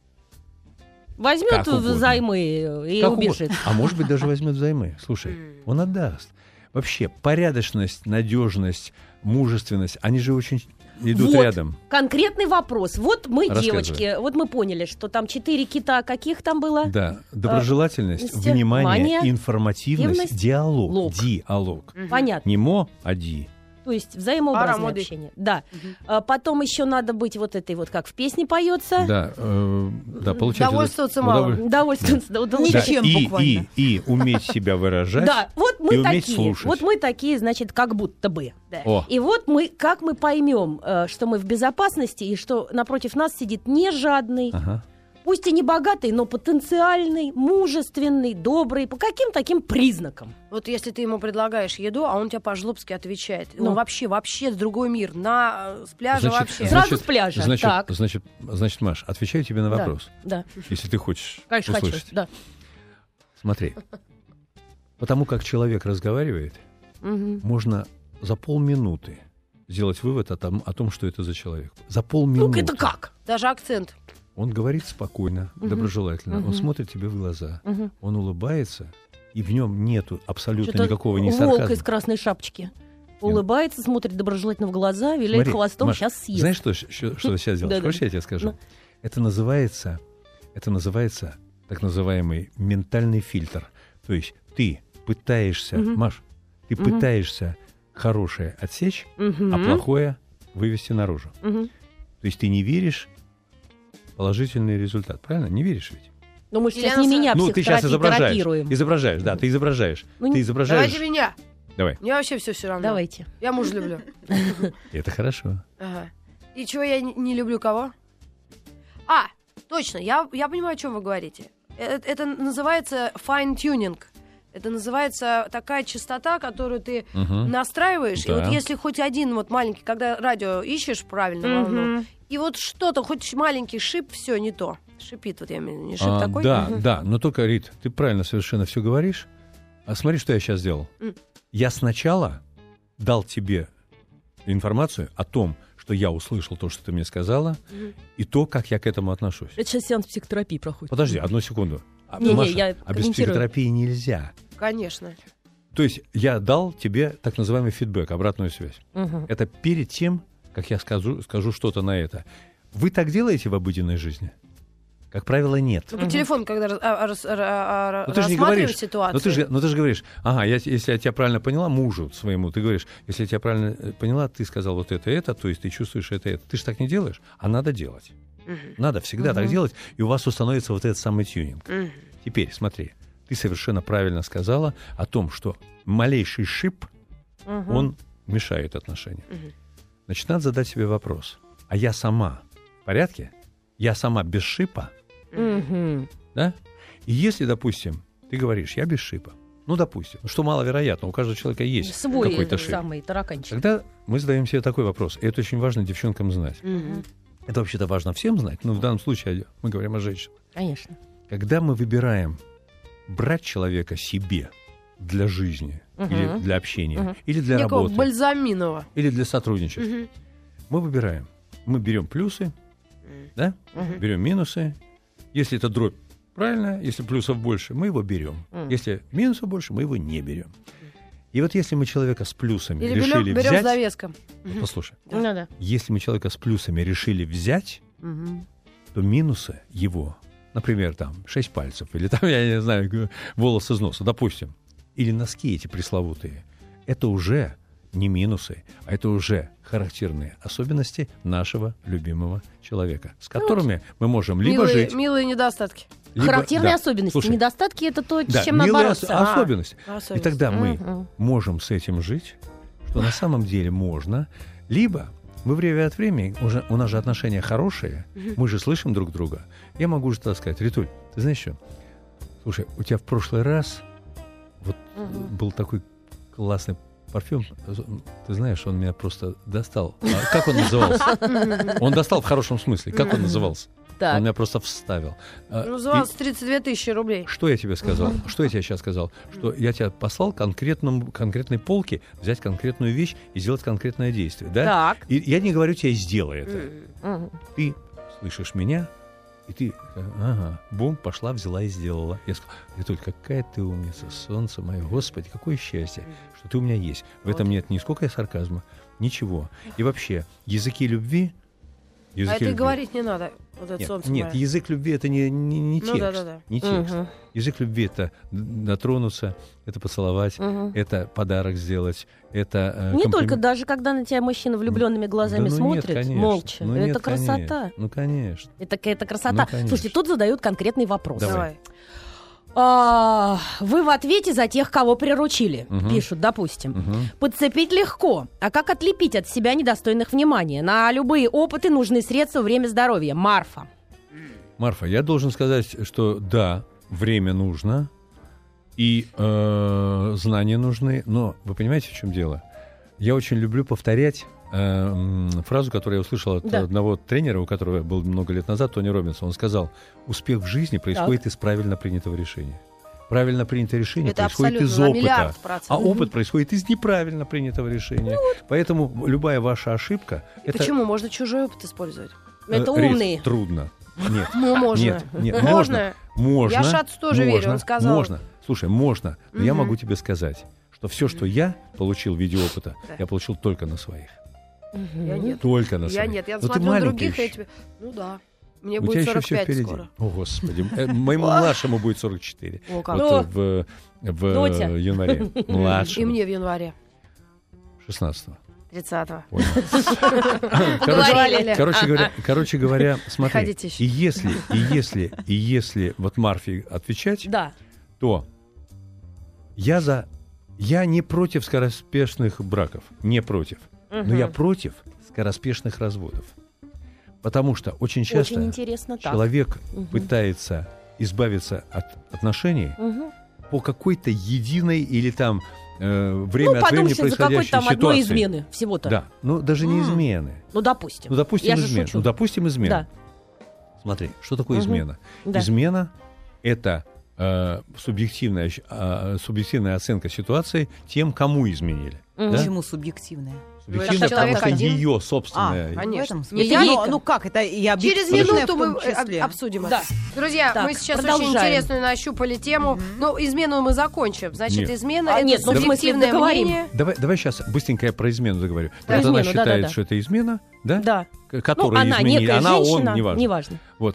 Speaker 2: Возьмет
Speaker 4: Как угодно.
Speaker 2: взаймы и
Speaker 4: Как
Speaker 2: убежит.
Speaker 4: угодно. А может быть, даже возьмет взаймы. Слушай, он отдаст. Вообще, порядочность, надежность, мужественность, они же очень идут
Speaker 2: Вот.
Speaker 4: рядом.
Speaker 2: Конкретный вопрос. Вот мы,
Speaker 4: Рассказывай.
Speaker 2: девочки, вот мы поняли, что там 4 кита, каких там было?
Speaker 4: Да, доброжелательность,
Speaker 2: вместе-
Speaker 4: внимание,
Speaker 2: внимание,
Speaker 4: информативность,
Speaker 2: активность,
Speaker 4: диалог.
Speaker 2: лог.
Speaker 4: Диалог.
Speaker 2: Понятно.
Speaker 4: Не мо, а ди.
Speaker 2: То есть взаимообразное
Speaker 3: Аромоды.
Speaker 2: общение. Да. Потом еще надо быть вот этой вот, как в песне поется.
Speaker 4: Да, да, получается...
Speaker 3: Довольствоваться малым.
Speaker 2: Довольствоваться.
Speaker 4: Да,
Speaker 5: Ничем буквально.
Speaker 4: и уметь себя выражать.
Speaker 2: Да, вот
Speaker 4: и
Speaker 2: мы
Speaker 4: уметь
Speaker 2: такие.
Speaker 4: слушать.
Speaker 2: Вот мы такие, значит, как будто бы.
Speaker 3: Да.
Speaker 4: О,
Speaker 2: И вот мы, как мы поймем, что мы в безопасности, и что напротив нас сидит не жадный,
Speaker 4: ага.
Speaker 2: пусть и не богатый, но потенциальный, мужественный, добрый. По каким таким признакам?
Speaker 3: Вот если ты ему предлагаешь еду, а он тебя по-жлобски отвечает.
Speaker 2: Ну.
Speaker 3: Ну, вообще, другой мир. С пляжа вообще.
Speaker 2: Сразу с пляжа. Так.
Speaker 4: Значит, Маш, отвечаю тебе на
Speaker 2: Да.
Speaker 4: вопрос,
Speaker 2: Да,
Speaker 4: если ты хочешь
Speaker 2: конечно, хочу.
Speaker 4: услышать.
Speaker 2: Да.
Speaker 4: Смотри, потому как человек разговаривает,
Speaker 2: Мгм.
Speaker 4: можно за полминуты сделать вывод о том, что это за человек. За
Speaker 2: Ну,
Speaker 4: полминуты.
Speaker 2: это как?
Speaker 3: Даже акцент.
Speaker 4: Он говорит спокойно, доброжелательно. Он смотрит тебе в глаза.
Speaker 2: Мгм.
Speaker 4: Он улыбается, и в нем нету абсолютно
Speaker 2: Что-то
Speaker 4: никакого ни
Speaker 2: волк
Speaker 4: сарказма.
Speaker 2: из красной шапочки. Улыбается, смотрит доброжелательно в глаза, виляет
Speaker 4: Смотри,
Speaker 2: хвостом,
Speaker 4: Маш,
Speaker 2: сейчас съест.
Speaker 4: Знаешь, что сейчас делать?
Speaker 2: Да-да.
Speaker 4: Хочешь, я тебе скажу? Это называется так называемый ментальный фильтр. То есть ты пытаешься, Маш, ты пытаешься хорошее отсечь, а плохое вывести наружу. То есть ты не веришь в положительный результат. Правильно? Не веришь ведь?
Speaker 2: Ну, мы же сейчас
Speaker 3: Или
Speaker 2: не
Speaker 3: она-
Speaker 2: меня
Speaker 4: Ну, ты сейчас
Speaker 2: терапируем.
Speaker 4: изображаешь, да, ты изображаешь.
Speaker 2: Ну,
Speaker 4: Ты изображаешь.
Speaker 3: Давайте меня.
Speaker 4: Давай.
Speaker 3: Мне вообще все равно.
Speaker 2: Давайте.
Speaker 3: Я мужа люблю.
Speaker 4: Это хорошо.
Speaker 3: Ага. И чего я не люблю кого? Точно, я понимаю, о чем вы говорите. Это называется fine-tuning. Это называется такая частота, которую ты настраиваешь. И
Speaker 4: Да.
Speaker 3: вот если хоть один вот маленький, когда радио ищешь правильно волну, и вот что-то, хоть маленький шип, все не то. Шипит, вот я имею в виду, не шип такой.
Speaker 4: Да, но только, Рит, ты правильно совершенно все говоришь. А смотри, что я сейчас сделал. Я сначала дал тебе информацию о том, что я услышал то, что ты мне сказала, и то, как я к этому отношусь.
Speaker 2: Это сейчас сеанс психотерапии проходит.
Speaker 4: Подожди, одну секунду.
Speaker 2: Не-не, я
Speaker 4: а без
Speaker 2: комментирую.
Speaker 4: психотерапии нельзя.
Speaker 3: Конечно.
Speaker 4: То есть я дал тебе так называемый фидбэк, обратную связь.
Speaker 2: Мгм.
Speaker 4: Это перед тем, как я скажу что-то на это. Вы так делаете в обыденной жизни? Как правило, нет.
Speaker 3: Ну, по телефону, когда
Speaker 4: Ну, ты же не
Speaker 3: рассматриваем
Speaker 4: говоришь,
Speaker 3: ситуацию.
Speaker 4: но ты же говоришь, если я тебя правильно поняла, мужу своему, ты говоришь, если я тебя правильно поняла, ты сказал вот это, то есть ты чувствуешь это. Ты же так не делаешь, а надо делать. Надо всегда так делать, и у вас установится вот этот самый тюнинг. Теперь, смотри, ты совершенно правильно сказала о том, что малейший шип, он мешает отношениям. Значит, надо задать себе вопрос, а я сама в порядке? Я сама без шипа?
Speaker 2: Мгм.
Speaker 4: Да? И если, допустим, ты говоришь, я без шипа, ну, допустим, что маловероятно, у каждого человека есть
Speaker 2: Свой
Speaker 4: какой-то шип.
Speaker 2: самый тараканчик.
Speaker 4: Тогда мы задаем себе такой вопрос, и это очень важно девчонкам знать. Это вообще-то важно всем знать, но в данном случае мы говорим о женщинах.
Speaker 2: Конечно.
Speaker 4: Когда мы выбираем брать человека себе для жизни, или для общения, или для
Speaker 3: Некого
Speaker 4: работы,
Speaker 3: бальзаминова.
Speaker 4: или для сотрудничества, мы выбираем. Мы берем плюсы, да? Берем минусы. Если это дробь, правильно, если плюсов больше, мы его берем. Если минусов больше, мы его не берем. И вот если мы человека с плюсами
Speaker 3: Или
Speaker 4: решили
Speaker 3: берем с
Speaker 4: взять...
Speaker 3: довеском.
Speaker 4: Вот послушай,
Speaker 2: Ну да.
Speaker 4: если мы человека с плюсами решили взять, то минусы его, например, там 6 пальцев, или там, я не знаю, волосы из носа, допустим, или носки эти пресловутые, это уже не минусы, а это уже характерные особенности нашего любимого человека, с которыми мы можем либо жить...
Speaker 3: Милые недостатки.
Speaker 4: либо-
Speaker 2: Характерные
Speaker 4: да.
Speaker 2: особенности.
Speaker 4: Слушай,
Speaker 2: Недостатки — это то,
Speaker 4: да,
Speaker 2: с чем надо
Speaker 4: милые
Speaker 2: бороться.
Speaker 4: особенности. И
Speaker 3: особенности.
Speaker 4: тогда мы можем с этим жить, что на самом деле можно, либо мы время от времени, у нас же отношения хорошие, мы же слышим друг друга. Я могу же сказать, Ритуль, ты знаешь что? Слушай, у тебя в прошлый раз вот был такой классный парфюм, ты знаешь, он меня просто достал. А как он назывался? Он достал в хорошем смысле. Как он назывался?
Speaker 2: Так.
Speaker 4: Он меня просто вставил.
Speaker 3: Назывался 32 тысячи рублей.
Speaker 4: Что я тебе сказал? Что я тебе сейчас сказал? Что я тебя послал конкретной полке взять конкретную вещь и сделать конкретное действие. Да?
Speaker 2: Так.
Speaker 4: И я не говорю тебе, сделай это. Ты слышишь меня, и ты, бум, пошла, взяла и сделала. Я сказал, Ритуль, какая ты умница, солнце мое, Господи, какое счастье, что ты у меня есть. В этом нет нисколько сарказма, ничего. И вообще, языки любви...
Speaker 3: А это и говорить не надо. Вот это
Speaker 4: Нет,
Speaker 3: солнце
Speaker 4: нет,
Speaker 3: мое.
Speaker 4: язык любви — это не
Speaker 3: Ну
Speaker 4: текст.
Speaker 3: да.
Speaker 4: Не текст. Язык любви — это дотронуться, это поцеловать, это подарок сделать, это
Speaker 2: Не
Speaker 4: комплимент.
Speaker 2: только даже когда на тебя мужчина влюбленными глазами
Speaker 4: Да, ну нет,
Speaker 2: смотрит,
Speaker 4: конечно.
Speaker 2: молча.
Speaker 4: Ну
Speaker 2: это
Speaker 4: нет,
Speaker 2: красота.
Speaker 4: конечно. Ну, конечно.
Speaker 2: Это какая-то красота.
Speaker 4: Ну, конечно.
Speaker 2: Слушайте, тут задают конкретный вопрос.
Speaker 4: Давай.
Speaker 2: Вы в ответе за тех, кого приручили, пишут, допустим. Подцепить легко. А как отлепить от себя недостойных внимания? На любые опыты нужны средства, время, здоровье. Марфа.
Speaker 4: Марфа, я должен сказать, что да, время нужно, и знания нужны, но вы понимаете, в чем дело? Я очень люблю повторять фразу, которую я услышал от одного тренера, у которого я был много лет назад, Тони Роббинсон. Он сказал, успех в жизни происходит из правильно принятого решения. Правильно принятое решение
Speaker 3: Это
Speaker 4: происходит из
Speaker 3: абсолютно, на
Speaker 4: опыта,
Speaker 3: 100%.
Speaker 4: а опыт происходит из неправильно принятого решения. Поэтому любая ваша ошибка...
Speaker 3: И почему? Можно чужой опыт использовать.
Speaker 2: Это
Speaker 4: Рит,
Speaker 2: умные.
Speaker 4: трудно. Нет.
Speaker 3: Ну, можно.
Speaker 4: Нет,
Speaker 3: Можно.
Speaker 4: можно.
Speaker 3: Я Шацу тоже верю, он сказал.
Speaker 4: Можно. Слушай, можно. Но я могу тебе сказать, что все, что я получил в виде опыта,
Speaker 3: Да.
Speaker 4: я получил только на своих.
Speaker 3: Я нет.
Speaker 4: Только на
Speaker 3: Я
Speaker 4: своих.
Speaker 3: нет. Я
Speaker 4: Но ты
Speaker 3: смотрю на
Speaker 4: маленький
Speaker 3: других, и я
Speaker 4: еще.
Speaker 3: тебе... Ну да. Мне
Speaker 4: У
Speaker 3: будет
Speaker 4: тебя еще все
Speaker 3: 45
Speaker 4: впереди.
Speaker 3: скоро.
Speaker 4: О, Господи. Моему младшему будет 44.
Speaker 3: О, как.
Speaker 4: Вот в
Speaker 2: Дотя.
Speaker 4: январе. Младшему.
Speaker 3: И мне в январе.
Speaker 4: 16-го.
Speaker 3: 30-го.
Speaker 4: Понял.
Speaker 3: Говорили.
Speaker 4: Короче говоря, смотри.
Speaker 3: Приходите еще.
Speaker 4: И если вот Марфе отвечать,
Speaker 2: Да.
Speaker 4: то я не против скороспешных браков. Не против. Но я против скороспешных разводов. Потому что очень часто
Speaker 2: Очень интересно так.
Speaker 4: человек пытается избавиться от отношений
Speaker 2: Мгм.
Speaker 4: по какой-то единой или там время
Speaker 2: Ну,
Speaker 4: от времени
Speaker 2: подумайте, за какой-то
Speaker 4: происходящей
Speaker 2: там одной
Speaker 4: ситуации.
Speaker 2: измены всего-то.
Speaker 4: Да, ну даже не измены.
Speaker 2: Ну, допустим.
Speaker 4: Ну, допустим,
Speaker 2: Я же
Speaker 4: измена.
Speaker 2: шучу.
Speaker 4: Ну, допустим, измена.
Speaker 2: Да.
Speaker 4: Смотри, что такое
Speaker 2: Мгм.
Speaker 4: измена?
Speaker 2: Да.
Speaker 4: Измена — это субъективная оценка ситуации тем, кому изменили.
Speaker 2: Мгм.
Speaker 4: Да?
Speaker 5: Почему субъективная?
Speaker 4: Субъективная,
Speaker 3: человек
Speaker 4: потому что
Speaker 3: один.
Speaker 4: ее собственная...
Speaker 3: Конечно.
Speaker 5: В этом смысле.
Speaker 3: Я-
Speaker 5: Ну как, это и
Speaker 3: Через
Speaker 5: объективное
Speaker 3: минуту
Speaker 5: в
Speaker 3: мы
Speaker 5: том числе.
Speaker 3: обсудим
Speaker 2: Да.
Speaker 3: это. Друзья,
Speaker 2: Так,
Speaker 3: мы сейчас
Speaker 2: продолжаем.
Speaker 3: очень интересную нащупали тему. Ну, измену мы закончим. Значит,
Speaker 4: Нет.
Speaker 3: измена
Speaker 2: А,
Speaker 3: это
Speaker 2: нет, ну, в смысле,
Speaker 3: субъективное
Speaker 2: договорим.
Speaker 3: мнение.
Speaker 4: Давай сейчас быстренько я про измену договорю.
Speaker 2: Про
Speaker 4: Вот она
Speaker 2: измену,
Speaker 4: считает,
Speaker 2: да-да-да.
Speaker 4: что это измена, да?
Speaker 2: Да.
Speaker 4: Которую
Speaker 2: Ну, она
Speaker 4: изменили.
Speaker 2: некая
Speaker 4: Она,
Speaker 2: женщина,
Speaker 4: он, неважно.
Speaker 2: неважно.
Speaker 4: Вот.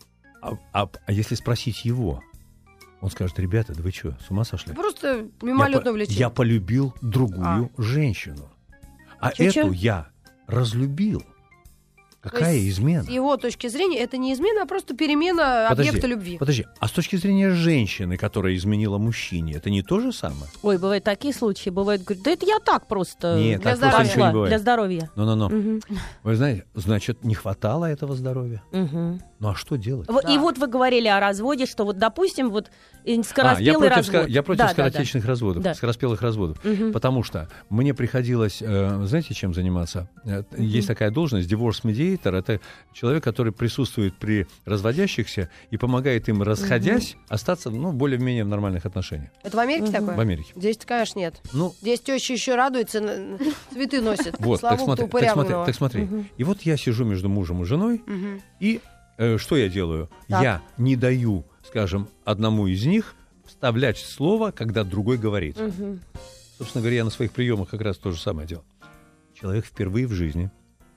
Speaker 4: А если спросить его, он скажет: ребята, да вы что, с ума сошли?
Speaker 3: Просто мимолетное влечение.
Speaker 4: Я полюбил другую женщину. А
Speaker 2: Чё-чё?
Speaker 4: эту я разлюбил.
Speaker 3: То
Speaker 4: Какая
Speaker 3: есть
Speaker 4: измена?
Speaker 3: С его точки зрения это не измена, а просто перемена
Speaker 4: Подожди,
Speaker 3: объекта любви.
Speaker 4: Подожди, а с точки зрения женщины, которая изменила мужчине, это не то же самое?
Speaker 2: Ой, бывают такие случаи. Бывает, говорит, да это я так просто
Speaker 4: Нет,
Speaker 3: для
Speaker 4: так просто
Speaker 3: здоровья.
Speaker 4: ничего не
Speaker 2: пошла,
Speaker 4: бывает.
Speaker 2: для здоровья.
Speaker 4: Ну-ну-ну.
Speaker 2: Мгм.
Speaker 4: Вы знаете, значит, не хватало этого здоровья.
Speaker 2: Мгм.
Speaker 4: Ну а что делать?
Speaker 3: Да.
Speaker 2: И вот вы говорили о разводе, что вот, допустим, вот
Speaker 4: Я
Speaker 2: скороспелый
Speaker 4: против,
Speaker 2: развод.
Speaker 4: я против
Speaker 2: Да, да, да.
Speaker 4: скоротечных разводов,
Speaker 2: Да.
Speaker 4: скороспелых разводов.
Speaker 2: Мгм.
Speaker 4: Потому что мне приходилось, знаете, чем заниматься? Есть такая должность, divorce mediator. Это человек, который присутствует при разводящихся и помогает им, расходясь, остаться, ну, более-менее в нормальных отношениях.
Speaker 3: Это в Америке такое?
Speaker 4: В Америке.
Speaker 3: Здесь-то, конечно, нет.
Speaker 4: Ну,
Speaker 3: Здесь теща еще радуется, цветы носит.
Speaker 4: вот,
Speaker 3: Слава
Speaker 4: так
Speaker 3: богу, ты
Speaker 4: смотри,
Speaker 3: упырявленного.
Speaker 4: так смотри. И вот я сижу между мужем и женой,
Speaker 3: Мгм.
Speaker 4: и что я делаю?
Speaker 3: Так.
Speaker 4: Я не даю, скажем, одному из них вставлять слово, когда другой говорит.
Speaker 2: Мгм.
Speaker 4: Собственно говоря, я на своих приемах как раз то же самое делал. Человек впервые в жизни,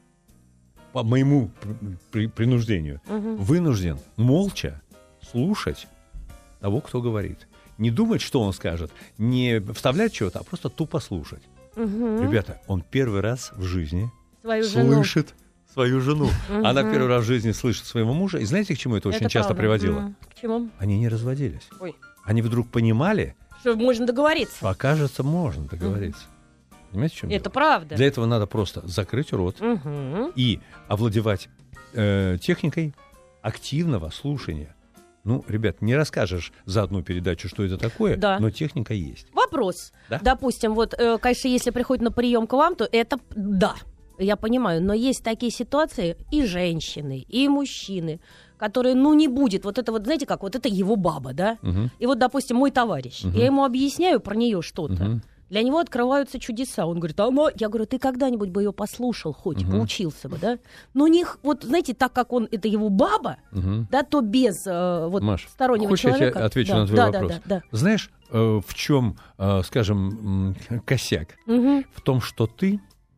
Speaker 4: по моему принуждению, вынужден молча слушать того, кто говорит. Не думать, что он скажет, не вставлять чего-то, а просто тупо слушать.
Speaker 2: Мгм.
Speaker 4: Ребята, он первый раз в жизни
Speaker 2: Свою жену.
Speaker 4: слышит свою жену. Она первый раз в жизни слышит своего мужа. И знаете, к чему это очень
Speaker 2: Это
Speaker 4: часто
Speaker 2: правда.
Speaker 4: приводило?
Speaker 2: Мгм. К чему?
Speaker 4: Они не разводились.
Speaker 3: Ой.
Speaker 4: Они вдруг понимали,
Speaker 2: Что можно договориться.
Speaker 4: окажется, можно договориться. Понимаете, в чем
Speaker 2: Это
Speaker 4: дело?
Speaker 2: правда.
Speaker 4: Для этого надо просто закрыть рот
Speaker 2: Мгм.
Speaker 4: и овладевать техникой активного слушания. Ну, ребят, не расскажешь за одну передачу, что это такое,
Speaker 2: Да.
Speaker 4: но техника есть.
Speaker 2: Вопрос.
Speaker 4: Да?
Speaker 2: Допустим, вот, конечно, если приходит на прием к вам, то это да, я понимаю, но есть такие ситуации и женщины, и мужчины, которые, ну, не будет, вот это вот, знаете как, вот это его баба, да?
Speaker 4: Мгм.
Speaker 2: И вот, допустим, мой товарищ, я ему объясняю про нее что-то,
Speaker 4: Мгм.
Speaker 2: для него открываются чудеса. Он говорит, я говорю, ты когда-нибудь бы ее послушал хоть, поучился бы, да? Но вот, знаете, так как это его баба,
Speaker 4: Мгм.
Speaker 2: да, то без вот
Speaker 4: Маш,
Speaker 2: стороннего
Speaker 4: хочешь, я
Speaker 2: человека...
Speaker 4: тебе отвечу
Speaker 2: да,
Speaker 4: на твой
Speaker 2: да,
Speaker 4: вопрос?
Speaker 2: Да, да,
Speaker 4: Знаешь, в чем, скажем, косяк?
Speaker 2: да. Мгм,
Speaker 4: В том, что ты,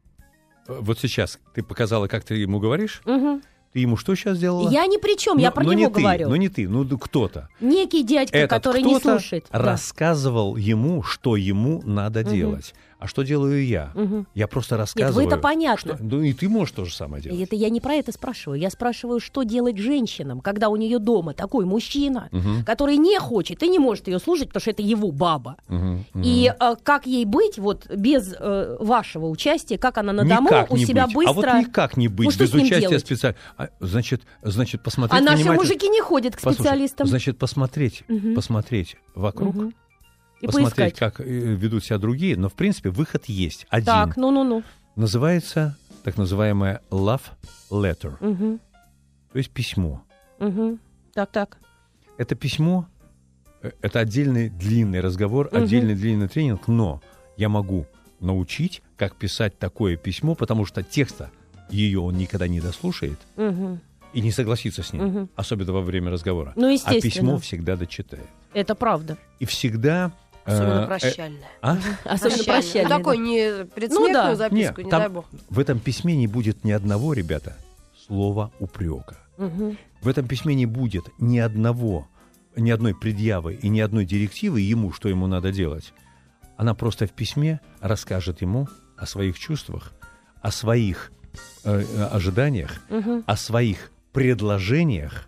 Speaker 4: вот сейчас ты показала, как ты ему говоришь,
Speaker 2: мгм.
Speaker 4: ты ему что сейчас сделала?
Speaker 2: Я ни при чем, я про
Speaker 4: но
Speaker 2: него
Speaker 4: не ты,
Speaker 2: говорю.
Speaker 4: но не ты, ну кто-то.
Speaker 2: Некий дядька,
Speaker 4: Этот
Speaker 2: который не
Speaker 4: кто-то
Speaker 2: слушает. Да.
Speaker 4: рассказывал ему, что ему надо делать. А что делаю я?
Speaker 2: Мгм.
Speaker 4: Я просто
Speaker 2: Нет,
Speaker 4: рассказываю.
Speaker 2: это понятно.
Speaker 4: Ну и ты можешь то же самое
Speaker 2: И
Speaker 4: делать.
Speaker 2: это я не про это спрашиваю. Я спрашиваю, что делать женщинам, когда у нее дома такой мужчина, который не хочет и не может ее слушать, потому что это его баба.
Speaker 4: Мгм, мгм.
Speaker 2: И как ей быть вот без вашего участия, как она на дому
Speaker 4: Никак
Speaker 2: у
Speaker 4: не
Speaker 2: себя
Speaker 4: быть.
Speaker 2: быстро...
Speaker 4: А вот никак не быть,
Speaker 2: Ну, что
Speaker 4: без
Speaker 2: с ним
Speaker 4: участия
Speaker 2: делать?
Speaker 4: специалиста. Значит, посмотреть
Speaker 2: А наши
Speaker 4: внимательно.
Speaker 2: мужики не ходят к
Speaker 4: Послушай,
Speaker 2: специалистам.
Speaker 4: Значит, посмотреть вокруг,
Speaker 2: Мгм. И
Speaker 4: посмотреть,
Speaker 2: поискать.
Speaker 4: как ведут себя другие, но, в принципе, выход есть. Один.
Speaker 2: Так, ну-ну-ну.
Speaker 4: Называется так называемое love letter,
Speaker 2: Мгм,
Speaker 4: то есть письмо.
Speaker 2: мгм. Так.
Speaker 4: Это письмо, это отдельный длинный разговор, отдельный длинный тренинг, но я могу научить, как писать такое письмо, потому что текста ее он никогда не дослушает
Speaker 2: Мгм.
Speaker 4: и не согласится с ним, особенно во время разговора.
Speaker 2: Ну,
Speaker 4: А
Speaker 2: естественно.
Speaker 4: письмо всегда дочитает.
Speaker 2: Это правда.
Speaker 4: И всегда
Speaker 3: Особенно прощальное.
Speaker 2: Особенно прощальный.
Speaker 3: Ну, такой не предсмертную записку,
Speaker 4: Нет,
Speaker 3: не
Speaker 4: там
Speaker 3: дай бог.
Speaker 4: в этом письме не будет ни одного, ребята, слова упрека. В этом письме не будет ни одной предъявы и ни одной директивы ему, что ему надо делать. Она просто в письме расскажет ему о своих чувствах, о своих ожиданиях, о своих предложениях,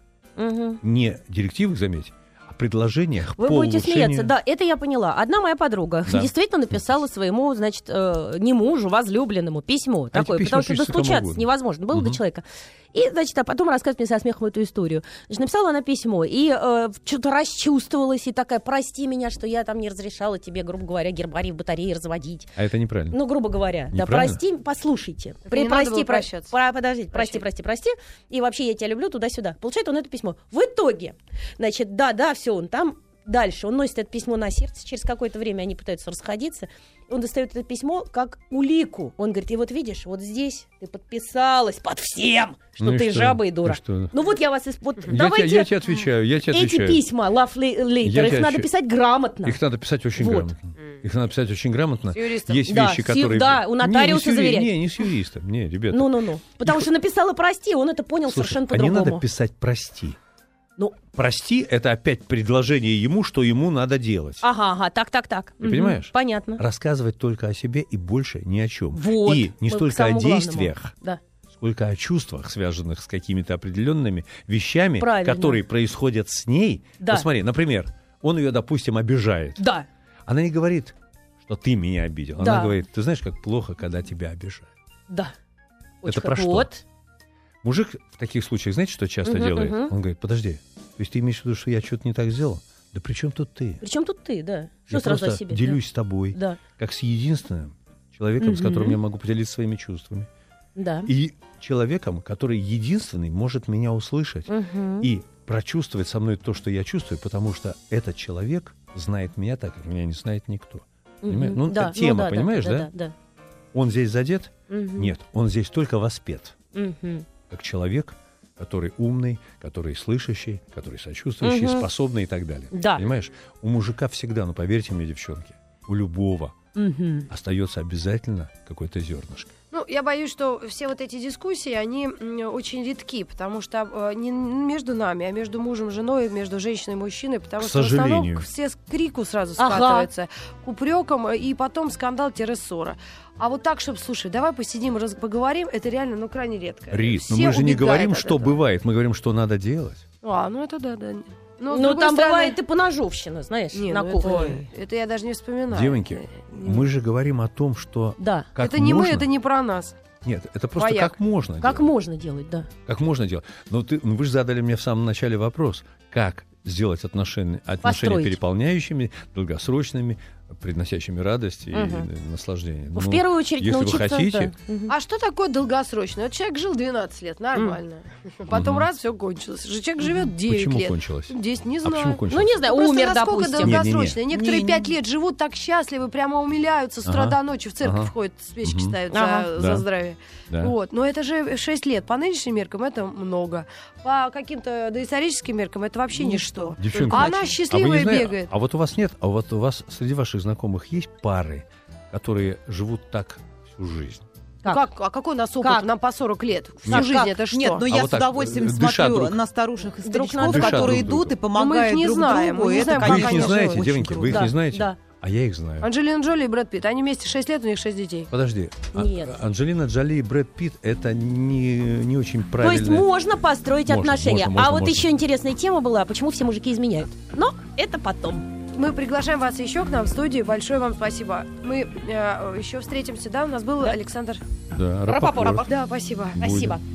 Speaker 4: не директивах, заметь, о предложениях
Speaker 2: Вы
Speaker 4: по
Speaker 2: будете
Speaker 4: улучшению...
Speaker 2: смеяться. Да, это я поняла. Одна моя подруга действительно написала своему, значит, не мужу, возлюбленному письмо такое,
Speaker 4: письма
Speaker 2: потому что
Speaker 4: пишется кому
Speaker 2: достучаться
Speaker 4: угодно.
Speaker 2: невозможно было до человека. И, значит, а потом рассказывает мне со смехом эту историю. Значит, написала она письмо и что-то расчувствовалась и такая: прости меня, что я там не разрешала тебе, грубо говоря, гербарий в батарее разводить.
Speaker 4: А это неправильно.
Speaker 2: Ну, грубо говоря, да,
Speaker 4: Неправильно?
Speaker 2: прости, послушайте.
Speaker 3: не надо было прощаться.
Speaker 2: Подождите, прости. И вообще я тебя люблю туда-сюда. Получает он это письмо. В итоге, значит, да, все, он там. Дальше он носит это письмо на сердце, через какое-то время они пытаются расходиться, он достает это письмо как улику. Он говорит: и вот видишь, вот здесь ты подписалась под всем, что
Speaker 4: Ну и
Speaker 2: ты
Speaker 4: что?
Speaker 2: жаба и дура.
Speaker 4: И что?
Speaker 2: Ну вот я вас... Вот,
Speaker 4: Я
Speaker 2: давайте
Speaker 4: тебе отвечаю,
Speaker 2: эти письма, love letter,
Speaker 4: Я
Speaker 2: их
Speaker 4: тебе
Speaker 2: надо писать грамотно.
Speaker 4: Их надо писать очень
Speaker 2: Вот.
Speaker 4: грамотно. Их надо писать очень грамотно.
Speaker 3: С юристом.
Speaker 4: Есть
Speaker 2: Да,
Speaker 4: вещи,
Speaker 2: с
Speaker 4: которые...
Speaker 2: да, у нотариуса заверять.
Speaker 4: Не с юристом, не, ребята.
Speaker 2: Ну. Потому что написала прости, он это понял
Speaker 4: Слушай,
Speaker 2: совершенно
Speaker 4: а не
Speaker 2: по-другому.
Speaker 4: надо писать «прости».
Speaker 2: Ну,
Speaker 4: «Прости» — это опять предложение ему, что ему надо делать.
Speaker 2: ага, так.
Speaker 4: Ты понимаешь?
Speaker 2: Понятно.
Speaker 4: Рассказывать только о себе и больше ни о чем.
Speaker 2: Вот.
Speaker 4: И не
Speaker 2: Мы к
Speaker 4: столько о
Speaker 2: самому главному.
Speaker 4: действиях,
Speaker 2: Да.
Speaker 4: сколько о чувствах, связанных с какими-то определенными вещами,
Speaker 2: Правильно.
Speaker 4: которые происходят с ней.
Speaker 2: Да.
Speaker 4: Посмотри, например, он ее, допустим, обижает.
Speaker 2: Да.
Speaker 4: Она не говорит, что ты меня обидел.
Speaker 2: Да.
Speaker 4: Она говорит: ты знаешь, как плохо, когда тебя обижают.
Speaker 2: Да.
Speaker 4: Это про что?
Speaker 2: Вот.
Speaker 4: Мужик в таких случаях, знаете, что часто делает? Он говорит: подожди, то есть ты имеешь в виду, что я что-то не так сделал? Да при чем тут ты?
Speaker 2: Причем тут ты, да? Что
Speaker 4: Я
Speaker 2: сразу о
Speaker 4: просто
Speaker 2: себе?
Speaker 4: делюсь с тобой,
Speaker 2: Да.
Speaker 4: как с единственным человеком, с которым я могу поделиться своими чувствами.
Speaker 2: Да.
Speaker 4: И человеком, который единственный может меня услышать и прочувствовать со мной то, что я чувствую, потому что этот человек знает меня так, как меня не знает никто. Понимаешь? Ну,
Speaker 2: Да,
Speaker 4: это тема,
Speaker 2: да,
Speaker 4: понимаешь, да?
Speaker 2: Да.
Speaker 4: Он здесь задет? Нет, он здесь только воспет.
Speaker 2: Мгм.
Speaker 4: Как человек, который умный, который слышащий, который сочувствующий, способный и так далее.
Speaker 2: Да.
Speaker 4: Понимаешь? У мужика всегда, ну поверьте мне, девчонки, у любого остается обязательно какое-то зернышко.
Speaker 3: Ну, я боюсь, что все вот эти дискуссии, они очень редки, потому что не между нами, а между мужем и женой, между женщиной и мужчиной, потому
Speaker 4: К
Speaker 3: что
Speaker 4: сожалению.
Speaker 3: в основном все с крику сразу
Speaker 2: Ага.
Speaker 3: скатываются, к упрекам, и потом скандал-ссора. А вот так, чтобы, слушай, давай посидим, поговорим, это реально, ну, крайне редко.
Speaker 4: Рит, но
Speaker 3: Все
Speaker 4: мы же не
Speaker 3: убегают
Speaker 4: говорим,
Speaker 3: от
Speaker 4: что
Speaker 3: этого.
Speaker 4: бывает, мы говорим, что надо делать.
Speaker 3: Ну, это да. Но, с
Speaker 2: Ну,
Speaker 3: другой
Speaker 2: там
Speaker 3: стороны-
Speaker 2: бывает и поножовщина, знаешь,
Speaker 3: Не,
Speaker 2: на
Speaker 3: ну
Speaker 2: кухне.
Speaker 3: это я даже не вспоминаю.
Speaker 4: Девоньки, мы же говорим о том, что
Speaker 2: Да.
Speaker 4: как
Speaker 3: это не мы,
Speaker 4: можно-
Speaker 3: это не про нас.
Speaker 4: Нет, это просто
Speaker 3: Вояк.
Speaker 4: как можно
Speaker 2: Как
Speaker 4: делать.
Speaker 2: можно делать, да.
Speaker 4: Как можно делать. Но вы же задали мне в самом начале вопрос, как сделать отношения
Speaker 2: Построить.
Speaker 4: переполняющими, долгосрочными, приносящими радость и наслаждение.
Speaker 2: В первую очередь
Speaker 4: если
Speaker 2: научиться...
Speaker 4: вы хотите,
Speaker 2: да. Мгм.
Speaker 3: А что такое долгосрочно? Вот человек жил 12 лет, нормально. Потом раз, все кончилось. Человек живет 9
Speaker 4: почему
Speaker 3: лет.
Speaker 4: кончилось?
Speaker 3: 10, не
Speaker 4: А
Speaker 3: знаю.
Speaker 4: почему кончилось?
Speaker 2: Ну, не знаю,
Speaker 3: Просто
Speaker 2: умер,
Speaker 3: насколько
Speaker 2: допустим.
Speaker 3: долгосрочно.
Speaker 4: Не-не-не.
Speaker 3: Некоторые
Speaker 2: Не-не.
Speaker 3: 5 лет живут так счастливы, прямо умиляются с утра
Speaker 4: Ага.
Speaker 3: до ночи, в церковь
Speaker 4: Ага.
Speaker 3: входят, свечки
Speaker 4: Мгм.
Speaker 3: ставят
Speaker 2: Ага.
Speaker 3: за
Speaker 4: Да.
Speaker 3: здравие.
Speaker 4: Да.
Speaker 3: Вот. Но это же 6 лет. По нынешним меркам это много. По каким-то доисторическим меркам это вообще ничто.
Speaker 4: Девчонки,
Speaker 3: А она
Speaker 4: вы не
Speaker 3: счастливая
Speaker 4: знаете,
Speaker 3: бегает.
Speaker 4: А вот у вас нет, а вот у вас среди ваших знакомых есть пары, которые живут так всю жизнь?
Speaker 3: Ну
Speaker 2: Как?
Speaker 3: а какой у нас опыт?
Speaker 2: Как?
Speaker 3: Нам по 40 лет. Всю
Speaker 2: Как?
Speaker 3: жизнь
Speaker 2: Как?
Speaker 3: это что?
Speaker 5: Нет, но я
Speaker 4: вот
Speaker 5: с
Speaker 4: так,
Speaker 5: удовольствием
Speaker 4: дыша
Speaker 5: смотрю
Speaker 4: друг-
Speaker 5: на старушек и
Speaker 2: друг на
Speaker 5: старичков,
Speaker 2: друга.
Speaker 5: которые
Speaker 4: Дыша друг
Speaker 5: идут и
Speaker 4: другу.
Speaker 5: помогают
Speaker 3: Мы их не
Speaker 5: друг
Speaker 3: знаем,
Speaker 5: другу.
Speaker 3: мы не
Speaker 5: Это,
Speaker 3: знаем,
Speaker 4: Вы
Speaker 3: как
Speaker 4: их не
Speaker 3: они
Speaker 4: знаете,
Speaker 3: живут.
Speaker 4: девоньки, вы их
Speaker 2: Да,
Speaker 4: не знаете?
Speaker 2: да.
Speaker 4: А я их знаю.
Speaker 3: Анджелина Джоли и Брэд Питт. Они вместе 6 лет, у них 6 детей.
Speaker 4: Подожди.
Speaker 2: Нет.
Speaker 4: Анджелина Джоли и Брэд Питт — это не очень
Speaker 2: То
Speaker 4: правильно.
Speaker 2: есть можно построить
Speaker 4: Можно,
Speaker 2: отношения.
Speaker 4: можно,
Speaker 2: А вот
Speaker 4: можно.
Speaker 2: еще интересная тема была, почему все мужики изменяют. Но это потом.
Speaker 3: Мы приглашаем вас еще к нам в студию. Большое вам спасибо. Мы еще встретимся, да? У нас был Александр.
Speaker 4: Да,
Speaker 2: Рапопорт.
Speaker 3: Да, спасибо.
Speaker 4: Будет.
Speaker 2: Спасибо.